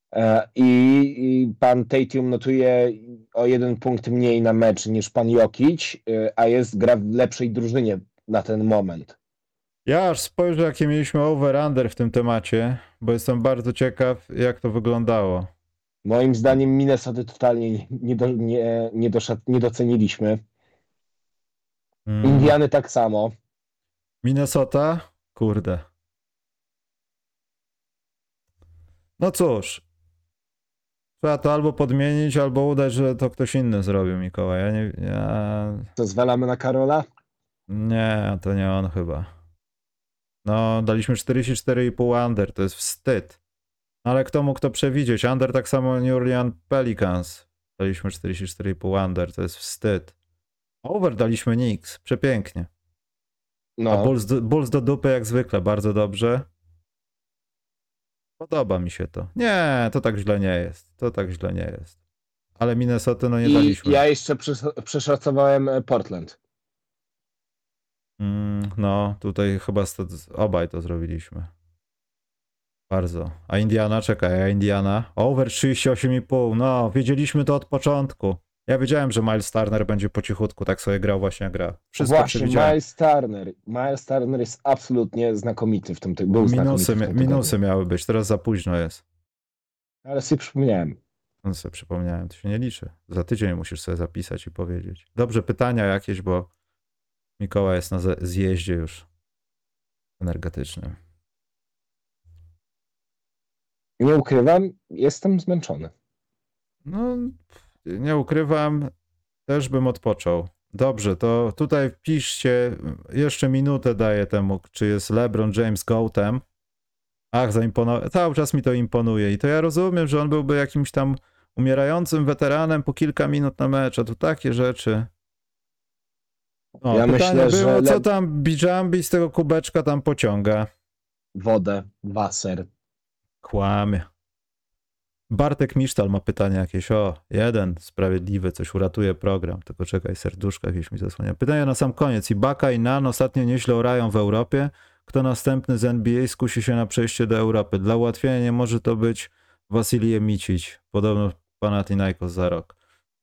I pan Tatum notuje o 1 punkt mniej na mecz niż pan Jokic, a gra w lepszej drużynie na ten moment. Ja aż spojrzę, jakie mieliśmy over-under w tym temacie, bo jestem bardzo ciekaw, jak to wyglądało. Moim zdaniem Minnesota totalnie nie doceniliśmy. Indiany tak samo. Minnesota? Kurde. No cóż. Trzeba to albo podmienić, albo udać, że to ktoś inny zrobił, Mikołaj. To zwalamy na Karola? Nie, to nie on chyba. No, daliśmy 44,5 under, to jest wstyd. Ale kto mógł to przewidzieć? Under tak samo New Orleans Pelicans. Daliśmy 44,5 under, to jest wstyd. Over daliśmy Knicks, przepięknie. No. A Bulls do dupy jak zwykle, bardzo dobrze. Podoba mi się to. Nie, to tak źle nie jest. To tak źle nie jest. Ale Minnesota no nie daliśmy. Ja jeszcze przeszacowałem Portland. No, tutaj chyba obaj to zrobiliśmy. Bardzo. A Indiana, czekaj, over 38,5. No, wiedzieliśmy to od początku. Ja wiedziałem, że Miles Turner będzie po cichutku, tak sobie grał, właśnie gra. Wszystko właśnie, przewidziałem. Miles Turner jest absolutnie znakomity w tym tygodniu. Minusy miały być, teraz za późno jest. Ale sobie przypomniałem. No sobie przypomniałem, to się nie liczy. Za tydzień musisz sobie zapisać i powiedzieć. Dobrze, pytania jakieś, bo Mikołaj jest na zjeździe już energetycznym. Nie ukrywam, jestem zmęczony. No, nie ukrywam, też bym odpoczął. Dobrze, to tutaj wpiszcie, jeszcze minutę daję temu, czy jest LeBron James GOAT-em. Ach, cały czas mi to imponuje i to ja rozumiem, że on byłby jakimś tam umierającym weteranem po kilka minut na mecz, a tu takie rzeczy. O, ja pytanie myślę, było, że co tam Bijambi z tego kubeczka tam pociąga? Wodę, waser. Kłamie. Bartek Misztal ma pytanie jakieś. Jeden sprawiedliwy, coś uratuje program. Tylko czekaj, serduszka jakieś mi zasłania. Pytanie na sam koniec. Ibaka i Nan ostatnio nieźle orają w Europie. Kto następny z NBA skusi się na przejście do Europy? Dla ułatwienia nie może to być Wasilije Micić. Podobno Panathinaikos za rok.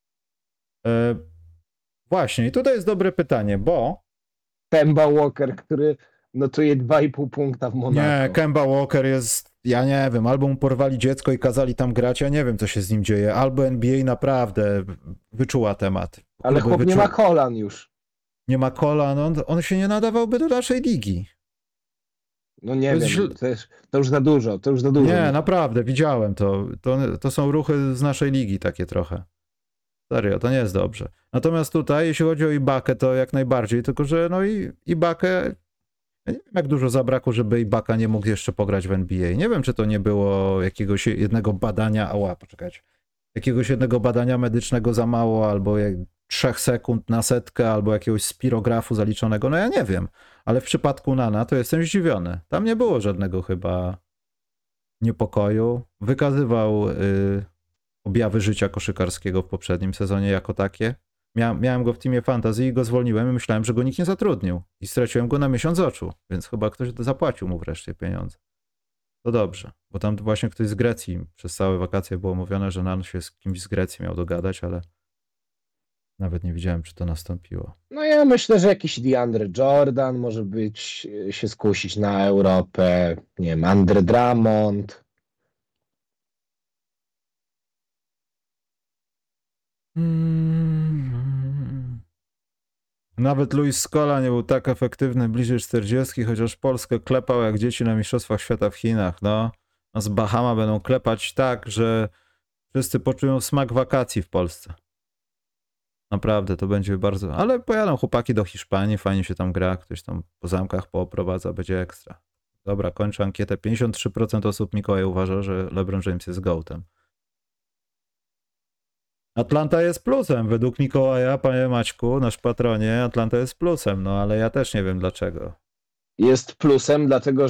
Właśnie, i tutaj jest dobre pytanie, bo... Kemba Walker, który notuje 2,5 punkta w Monako. Nie, Kemba Walker jest, ja nie wiem, albo mu porwali dziecko i kazali tam grać, ja nie wiem, co się z nim dzieje, albo NBA naprawdę wyczuła temat. Ale chłop nie ma kolan już. Nie ma kolan, on się nie nadawałby do naszej ligi. No nie wiem, to już za dużo, Nie, naprawdę, widziałem to. To są ruchy z naszej ligi takie trochę. Serio, to nie jest dobrze. Natomiast tutaj, jeśli chodzi o Ibakę, to jak najbardziej, tylko że no i Ibakę, ja nie wiem jak dużo zabrakło, żeby Ibaka nie mógł jeszcze pograć w NBA. Nie wiem, czy to nie było jakiegoś jednego badania, jakiegoś jednego badania medycznego za mało, albo 3 sekund na setkę, albo jakiegoś spirografu zaliczonego, no ja nie wiem. Ale w przypadku Nana to jestem zdziwiony. Tam nie było żadnego chyba niepokoju. Wykazywał objawy życia koszykarskiego w poprzednim sezonie jako takie. Miałem go w teamie fantasy i go zwolniłem i myślałem, że go nikt nie zatrudnił. I straciłem go na miesiąc oczu, więc chyba ktoś zapłacił mu wreszcie pieniądze. To dobrze, bo tam właśnie ktoś z Grecji przez całe wakacje było mówione, że Nan się z kimś z Grecji miał dogadać, ale nawet nie widziałem, czy to nastąpiło. No ja myślę, że jakiś DeAndre Jordan może się skusić na Europę, nie wiem, Andre Drummond. Nawet Luis Scola nie był tak efektywny bliżej 40, chociaż Polskę klepał jak dzieci na Mistrzostwach Świata w Chinach. No, z Bahama będą klepać tak, że wszyscy poczują smak wakacji w Polsce. Naprawdę, to będzie bardzo... Ale pojadą chłopaki do Hiszpanii, fajnie się tam gra, ktoś tam po zamkach pooprowadza, będzie ekstra. Dobra, kończę ankietę. 53% osób, Mikołaj, uważa, że LeBron James jest GOAT-em. Atlanta jest plusem. Według Mikołaja, panie Maćku, nasz patronie, Atlanta jest plusem, no ale ja też nie wiem dlaczego. Jest plusem,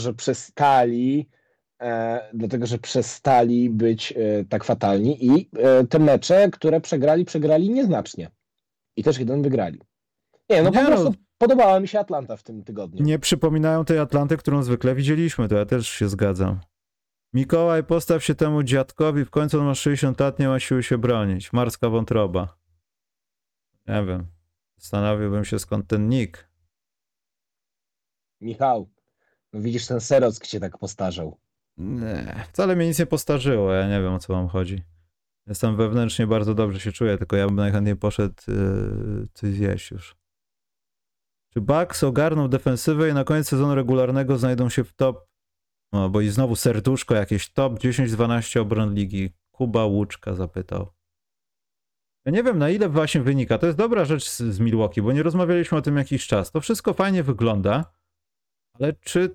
dlatego że przestali być tak fatalni i te mecze, które przegrali nieznacznie. I też jeden wygrali. Po prostu podobała mi się Atlanta w tym tygodniu. Nie przypominają tej Atlanty, którą zwykle widzieliśmy, to ja też się zgadzam. Mikołaj, postaw się temu dziadkowi, w końcu on ma 60 lat, nie ma siły się bronić. Marska wątroba. Nie wiem. Zastanawiałbym się, skąd ten nick. Michał, no widzisz, ten Serock cię tak postarzał. Nie, wcale mnie nic nie postarzyło, ja nie wiem, o co wam chodzi. Jestem wewnętrznie bardzo dobrze się czuję, tylko ja bym najchętniej poszedł coś zjeść już. Czy Bucks ogarną defensywę i na koniec sezonu regularnego znajdą się w top, no bo i znowu serduszko jakieś, top 10-12 obron ligi. Kuba Łuczka zapytał. Ja nie wiem, na ile właśnie wynika. To jest dobra rzecz z Milwaukee, bo nie rozmawialiśmy o tym jakiś czas. To wszystko fajnie wygląda, ale czy...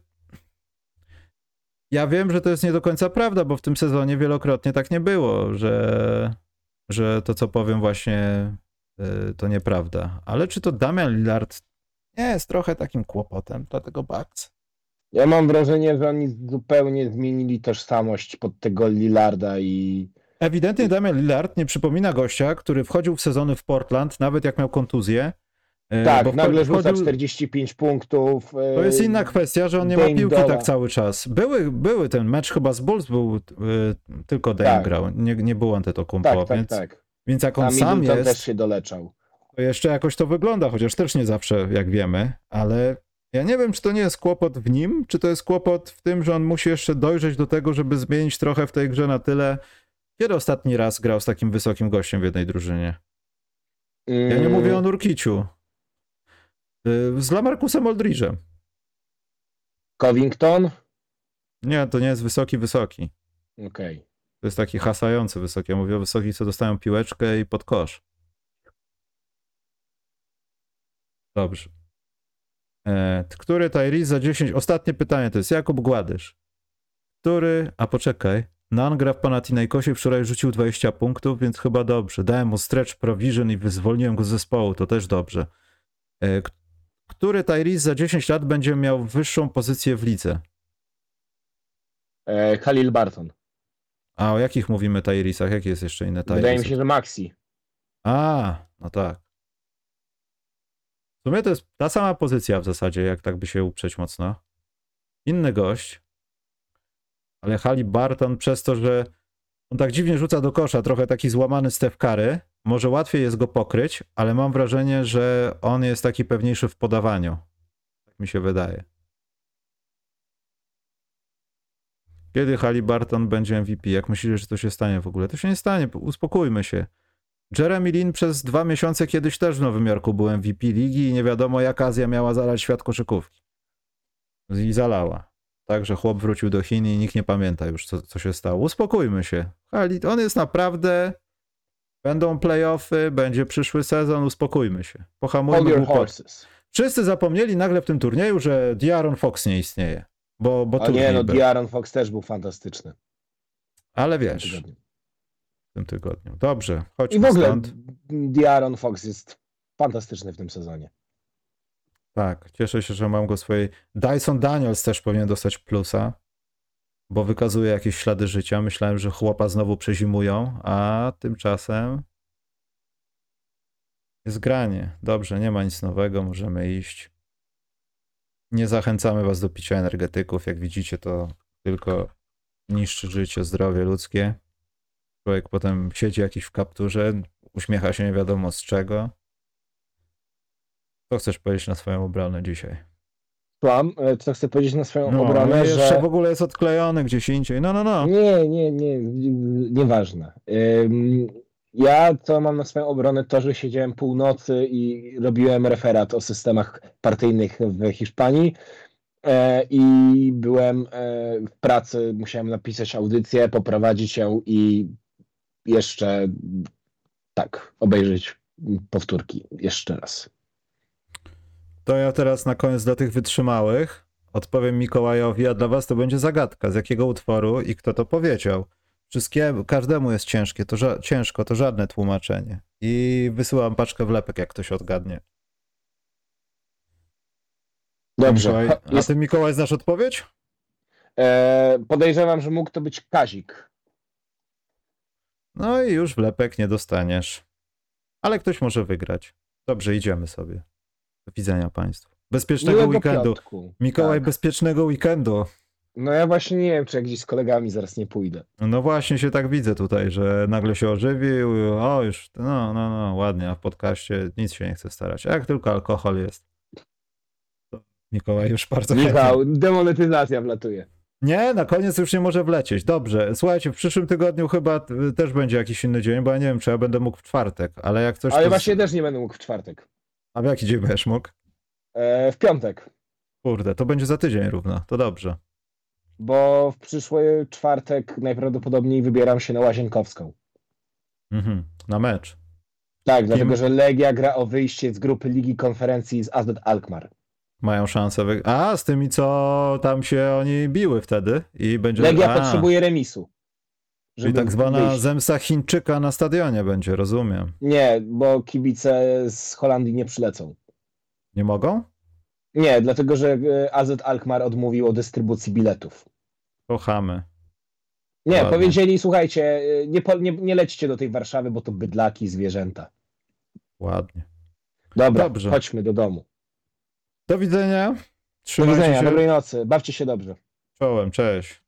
Ja wiem, że to jest nie do końca prawda, bo w tym sezonie wielokrotnie tak nie było, że to, co powiem właśnie, to nieprawda. Ale czy to Damian Lillard nie jest trochę takim kłopotem dla tego Bucks? Ja mam wrażenie, że oni zupełnie zmienili tożsamość pod tego Lillarda i... Ewidentnie Damian Lillard nie przypomina gościa, który wchodził w sezony w Portland, nawet jak miał kontuzję. Tak, nagle rzuca 45 punktów. To jest inna kwestia, że on nie ma piłki tak cały czas. Były ten mecz chyba z Bulls, był tylko Dame grał, nie był Antetokounmpo, więc jak on sam jest, też się doleczał. To jeszcze jakoś to wygląda, chociaż też nie zawsze, jak wiemy, ale ja nie wiem, czy to nie jest kłopot w nim, czy to jest kłopot w tym, że on musi jeszcze dojrzeć do tego, żeby zmienić trochę w tej grze na tyle. Kiedy ostatni raz grał z takim wysokim gościem w jednej drużynie? Ja nie mówię o Nurkiciu. Z Lamarcusem Aldridge'em. Covington? Nie, to nie jest wysoki. Okej. To jest taki hasający wysoki. Ja mówię o wysokich, co dostają piłeczkę i pod kosz. Dobrze. Który Tyrese za 10... Ostatnie pytanie to jest Jakub Gładysz. Poczekaj. Nan gra w Panathinaikosie, wczoraj rzucił 20 punktów, więc chyba dobrze. Dałem mu stretch provision i zwolniłem go z zespołu, to też dobrze. Który Tyrese za 10 lat będzie miał wyższą pozycję w lidze? Khalil Barton. A o jakich mówimy Tyresach? Jaki jest jeszcze inny Tyrese? Wydaje mi się, że Maxi. No tak. W sumie to jest ta sama pozycja w zasadzie, jak tak by się uprzeć mocno. Inny gość. Ale Haliburton przez to, że on tak dziwnie rzuca do kosza, trochę taki złamany Steph Curry, może łatwiej jest go pokryć, ale mam wrażenie, że on jest taki pewniejszy w podawaniu. Tak mi się wydaje. Kiedy Haliburton będzie MVP? Jak myślisz, że to się stanie w ogóle? To się nie stanie, uspokójmy się. Jeremy Lin przez 2 miesiące kiedyś też w Nowym Jorku był MVP ligi i nie wiadomo jak Azja miała zalać świat koszykówki. I zalała. Także chłop wrócił do Chin i nikt nie pamięta już, co się stało. Uspokójmy się. On jest naprawdę... Będą play-offy, będzie przyszły sezon, uspokójmy się. Pohamujmy głupot. Wszyscy zapomnieli nagle w tym turnieju, że De'Aaron Fox nie istnieje. Bo De'Aaron Fox też był fantastyczny. Ale wiesz, w tym tygodniu. Dobrze, chodźmy I w ogóle stąd. De'Aaron Fox jest fantastyczny w tym sezonie. Tak, cieszę się, że mam go swojej... Dyson Daniels też powinien dostać plusa, bo wykazuje jakieś ślady życia. Myślałem, że chłopa znowu przezimują, a tymczasem jest granie. Dobrze, nie ma nic nowego, możemy iść. Nie zachęcamy was do picia energetyków. Jak widzicie, to tylko niszczy życie, zdrowie ludzkie. Człowiek potem siedzi jakiś w kapturze, uśmiecha się nie wiadomo z czego. Co chcesz powiedzieć na swoją obronę dzisiaj? Co chcę powiedzieć na swoją obronę, że... jeszcze w ogóle jest odklejony gdzieś indziej. No. Nie, nieważne. Ja co mam na swoją obronę, to, że siedziałem północy i robiłem referat o systemach partyjnych w Hiszpanii i byłem w pracy, musiałem napisać audycję, poprowadzić ją i jeszcze obejrzeć powtórki jeszcze raz. To ja teraz na koniec dla tych wytrzymałych odpowiem Mikołajowi, a dla was to będzie zagadka, z jakiego utworu i kto to powiedział. Wszystkiemu, każdemu jest ciężkie, ciężko, to żadne tłumaczenie. I wysyłam paczkę wlepek, jak ktoś odgadnie. Dobrze. Mikołaj, a ty, Mikołaj, znasz odpowiedź? Podejrzewam, że mógł to być Kazik. No i już wlepek nie dostaniesz. Ale ktoś może wygrać. Dobrze, idziemy sobie. Do widzenia państwu. Bezpiecznego Miłego weekendu. piątku. Mikołaj, Tak. bezpiecznego weekendu. No ja właśnie nie wiem, czy jak gdzieś z kolegami zaraz nie pójdę. No właśnie się tak widzę tutaj, że nagle się ożywił. O, już, no, ładnie, a w podcaście nic się nie chce starać. Jak tylko alkohol jest. To Mikołaj już bardzo Michał, chętnie. demonetyzacja wlatuje. Nie, na koniec już nie może wlecieć. Dobrze, słuchajcie, w przyszłym tygodniu chyba też będzie jakiś inny dzień, bo ja nie wiem, czy ja będę mógł w czwartek, ale jak coś... Ale to właśnie też nie będę mógł w czwartek. A w jaki dzień będziesz mógł? W piątek. Kurde, to będzie za tydzień równo, to dobrze. Bo w przyszły czwartek najprawdopodobniej wybieram się na Łazienkowską. Na mecz. Tak, dlatego że Legia gra o wyjście z grupy Ligi Konferencji z AZ Alkmaar. Mają szansę. A, z tymi, co tam się oni biły wtedy i będzie... Legia potrzebuje remisu. Czyli tak zwana wyjść. zemsta Chińczyka na stadionie będzie, rozumiem. Nie, bo kibice z Holandii nie przylecą. Nie mogą? Nie, dlatego że AZ Alkmaar odmówił o dystrybucji biletów. Kochamy. Nie, Ładnie. powiedzieli, słuchajcie, nie lećcie do tej Warszawy, bo to bydlaki, zwierzęta. Ładnie. Dobra, Dobrze. chodźmy do domu. Do widzenia. Do Trzymajcie widzenia, się. dobrej nocy, bawcie się dobrze. Czołem, cześć.